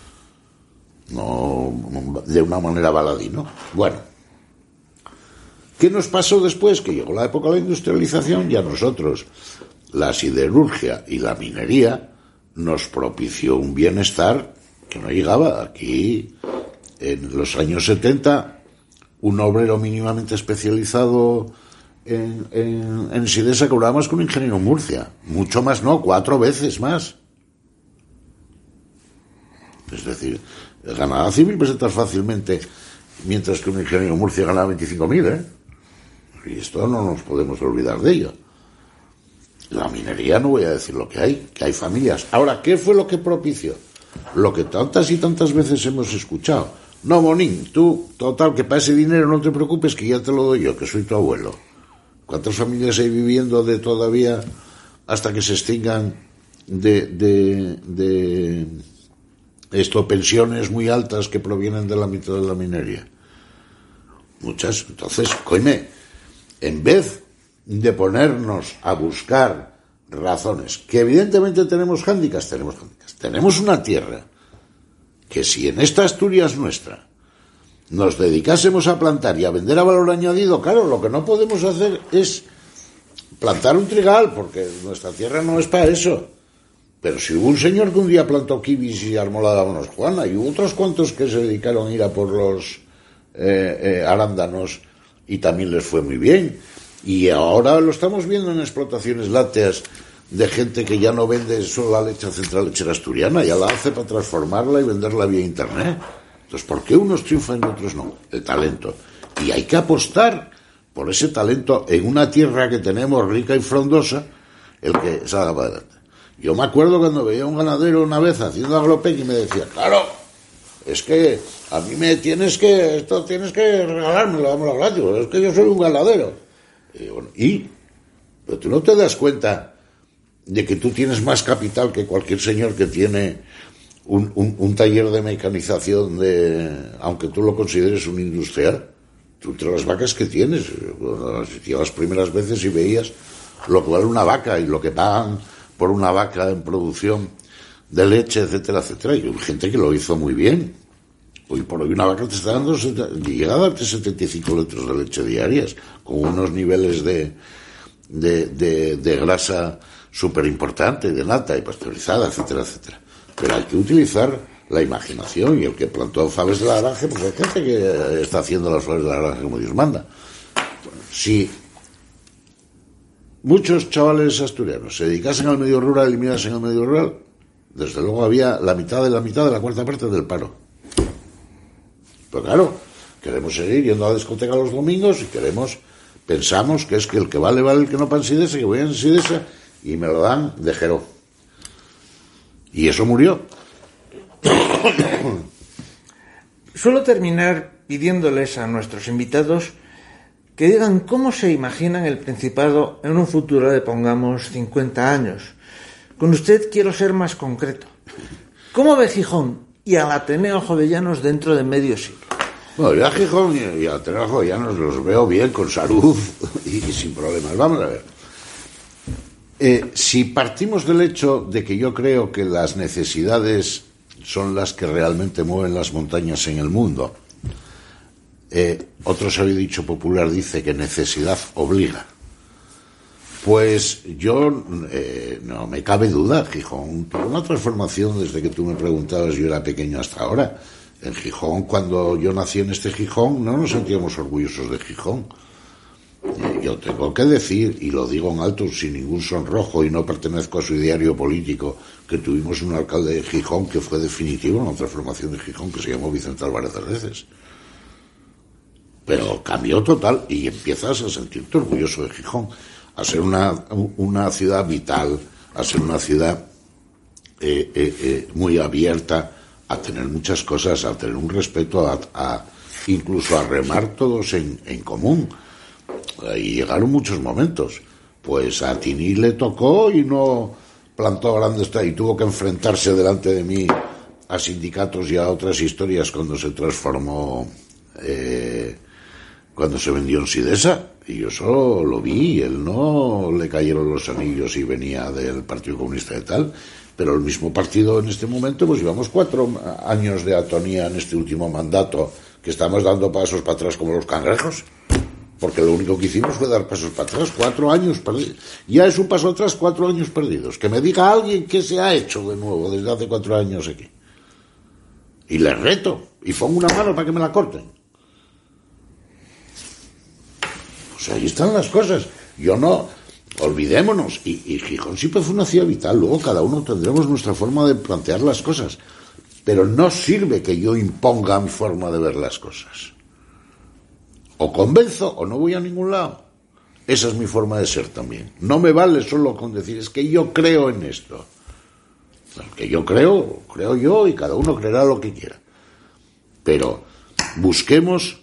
No de una manera baladí, ¿no? Bueno, ¿qué nos pasó después? Que llegó la época de la industrialización y a nosotros la siderurgia y la minería nos propició un bienestar que no llegaba. Aquí, en los años setenta, un obrero mínimamente especializado en, en, en Sidesa cobraba más que un ingeniero en Murcia. Mucho más no, cuatro veces más. Es decir, ganaba cien mil pesetas fácilmente, mientras que un ingeniero en Murcia ganaba veinticinco mil, ¿eh? Y esto no nos podemos olvidar de ello. La minería, no voy a decir lo que hay, que hay familias. Ahora, ¿qué fue lo que propició? Lo que tantas y tantas veces hemos escuchado. No, Bonín, tú, total, que para ese dinero no te preocupes, que ya te lo doy yo, que soy tu abuelo. ¿Cuántas familias hay viviendo de todavía hasta que se extingan de, de, de esto, pensiones muy altas que provienen del ámbito de la minería? Muchas. Entonces, coime, en vez de ponernos a buscar razones, que evidentemente tenemos hándicaps, tenemos hándicaps, tenemos una tierra que si en esta Asturias nuestra nos dedicásemos a plantar y a vender a valor añadido, claro, lo que no podemos hacer es plantar un trigal, porque nuestra tierra no es para eso. Pero si hubo un señor que un día plantó kibis y armó la Dámonos Juana, y hubo otros cuantos que se dedicaron a ir a por los eh, eh, arándanos y también les fue muy bien. Y ahora lo estamos viendo en explotaciones lácteas de gente que ya no vende solo la leche central lechera asturiana, ya la hace para transformarla y venderla vía internet. Entonces, ¿por qué unos triunfan y otros no? El talento. Y hay que apostar por ese talento en una tierra que tenemos rica y frondosa, el que salga para adelante. Yo me acuerdo cuando veía a un ganadero una vez haciendo agropec y me decía, claro, es que a mí me tienes que, esto tienes que regalármelo, dámelo gratis, es que yo soy un ganadero. Y bueno, ¿y? Pero tú no te das cuenta de que tú tienes más capital que cualquier señor que tiene un, un, un taller de mecanización, de, aunque tú lo consideres un industrial. Tú entre las vacas que tienes, bueno, si ibas las primeras veces y veías lo que vale una vaca y lo que pagan por una vaca en producción de leche, etcétera, etcétera. Y hay gente que lo hizo muy bien. Hoy por hoy una vaca te está dando, llega a darte setenta y cinco litros de leche diarias, con unos niveles de, de, de, de grasa súper importante, de nata y pasteurizada, etcétera, etcétera. Pero hay que utilizar la imaginación, y el que plantó faves de la granja, pues hay gente que está haciendo las faves de la granja como Dios manda. Si muchos chavales asturianos se dedicasen al medio rural y mirasen al medio rural, desde luego había la mitad de la mitad de la cuarta parte del paro. Pero claro, queremos seguir yendo a la discoteca los domingos y queremos, pensamos que es que el que vale, vale, el que no para en Sidesa, que voy a en Sidesa y me lo dan de Jeró. Y eso murió. Suelo terminar pidiéndoles a nuestros invitados que digan cómo se imaginan el Principado en un futuro de, pongamos, cincuenta años. Con usted quiero ser más concreto. ¿Cómo ve Gijón y al Ateneo Jovellanos dentro de medio siglo? Bueno, yo a Gijón y al Ateneo Jovellanos los veo bien, con salud y, y sin problemas. Vamos a ver. Eh, si partimos del hecho de que yo creo que las necesidades son las que realmente mueven las montañas en el mundo, eh, otro sabio dicho popular dice que necesidad obliga. Pues yo, eh, no me cabe duda, Gijón tuvo una transformación desde que tú me preguntabas, yo era pequeño hasta ahora. En Gijón, cuando yo nací en este Gijón, no nos sentíamos orgullosos de Gijón. Yo tengo que decir, y lo digo en alto sin ningún sonrojo, y no pertenezco a su ideario político, que tuvimos un alcalde de Gijón que fue definitivo en la transformación de Gijón, que se llamó Vicente Álvarez Arreces. Pero cambió total y empiezas a sentirte orgulloso de Gijón, a ser una, una ciudad vital, a ser una ciudad eh, eh, eh, muy abierta, a tener muchas cosas, a tener un respeto, a, a incluso a remar todos en, en común. Y llegaron muchos momentos. Pues a Tini le tocó y no plantó grandes y tuvo que enfrentarse delante de mí a sindicatos y a otras historias cuando se transformó, eh, cuando se vendió en Sidesa. Y yo solo lo vi, él no le cayeron los anillos y venía del Partido Comunista y tal. Pero el mismo partido en este momento, pues llevamos cuatro años de atonía en este último mandato, que estamos dando pasos para atrás como los cangrejos. Porque lo único que hicimos fue dar pasos para atrás, cuatro años perdidos. Ya es un paso atrás, cuatro años perdidos. Que me diga alguien qué se ha hecho de nuevo desde hace cuatro años aquí. Y les reto, y pongo una mano para que me la corten. Pues ahí están las cosas. Yo no, olvidémonos. Y, y Gijón siempre fue una ciudad vital. Luego cada uno tendremos nuestra forma de plantear las cosas. Pero no sirve que yo imponga mi forma de ver las cosas. O convenzo o no voy a ningún lado. Esa es mi forma de ser también. No me vale solo con decir, es que yo creo en esto. Lo que yo creo, creo yo, y cada uno creerá lo que quiera. Pero busquemos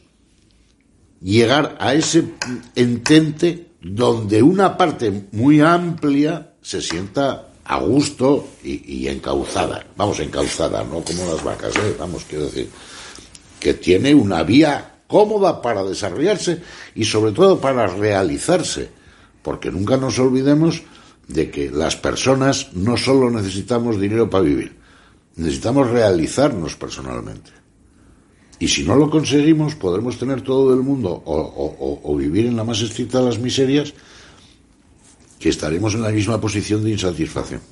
llegar a ese entente donde una parte muy amplia se sienta a gusto y, y encauzada. Vamos, encauzada, no como las vacas, ¿eh? Vamos, quiero decir, que tiene una vía cómoda para desarrollarse y sobre todo para realizarse, porque nunca nos olvidemos de que las personas no solo necesitamos dinero para vivir, necesitamos realizarnos personalmente. Y si no lo conseguimos, podremos tener todo el mundo o, o, o vivir en la más estricta de las miserias, que estaremos en la misma posición de insatisfacción.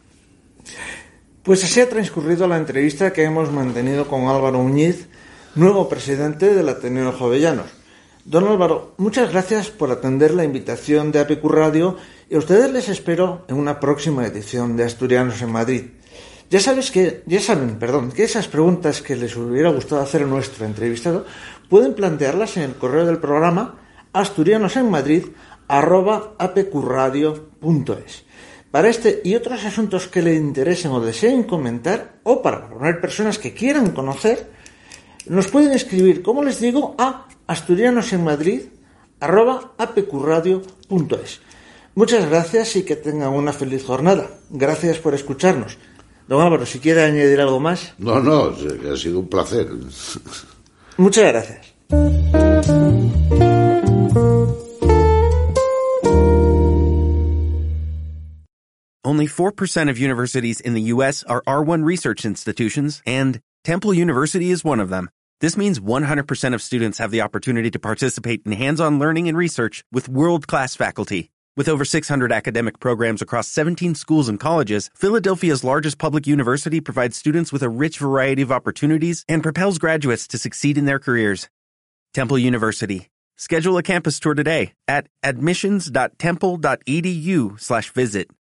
Pues así ha transcurrido la entrevista que hemos mantenido con Álvaro Muñiz, nuevo presidente del Ateneo Jovellanos. Don Álvaro, muchas gracias por atender la invitación de A P Q Radio y a ustedes les espero en una próxima edición de Asturianos en Madrid. Ya sabes que, ya saben, perdón, que esas preguntas que les hubiera gustado hacer a nuestro entrevistado pueden plantearlas en el correo del programa asturianosenmadrid arroba apqradio punto es. Para este y otros asuntos que le interesen o deseen comentar, o para proponer personas que quieran conocer, nos pueden escribir, como les digo, a asturianosenmadrid arroba apqradio punto es. Muchas gracias y que tengan una feliz jornada. Gracias por escucharnos. Don Álvaro, si quiere añadir algo más. No, no, ha sido un placer. Muchas gracias. Only four percent of universities in the U S are R one research institutions, and Temple University is one of them. This means one hundred percent of students have the opportunity to participate in hands-on learning and research with world-class faculty. With over six hundred academic programs across seventeen schools and colleges, Philadelphia's largest public university provides students with a rich variety of opportunities and propels graduates to succeed in their careers. Temple University. Schedule a campus tour today at admissions dot temple dot e d u slash visit.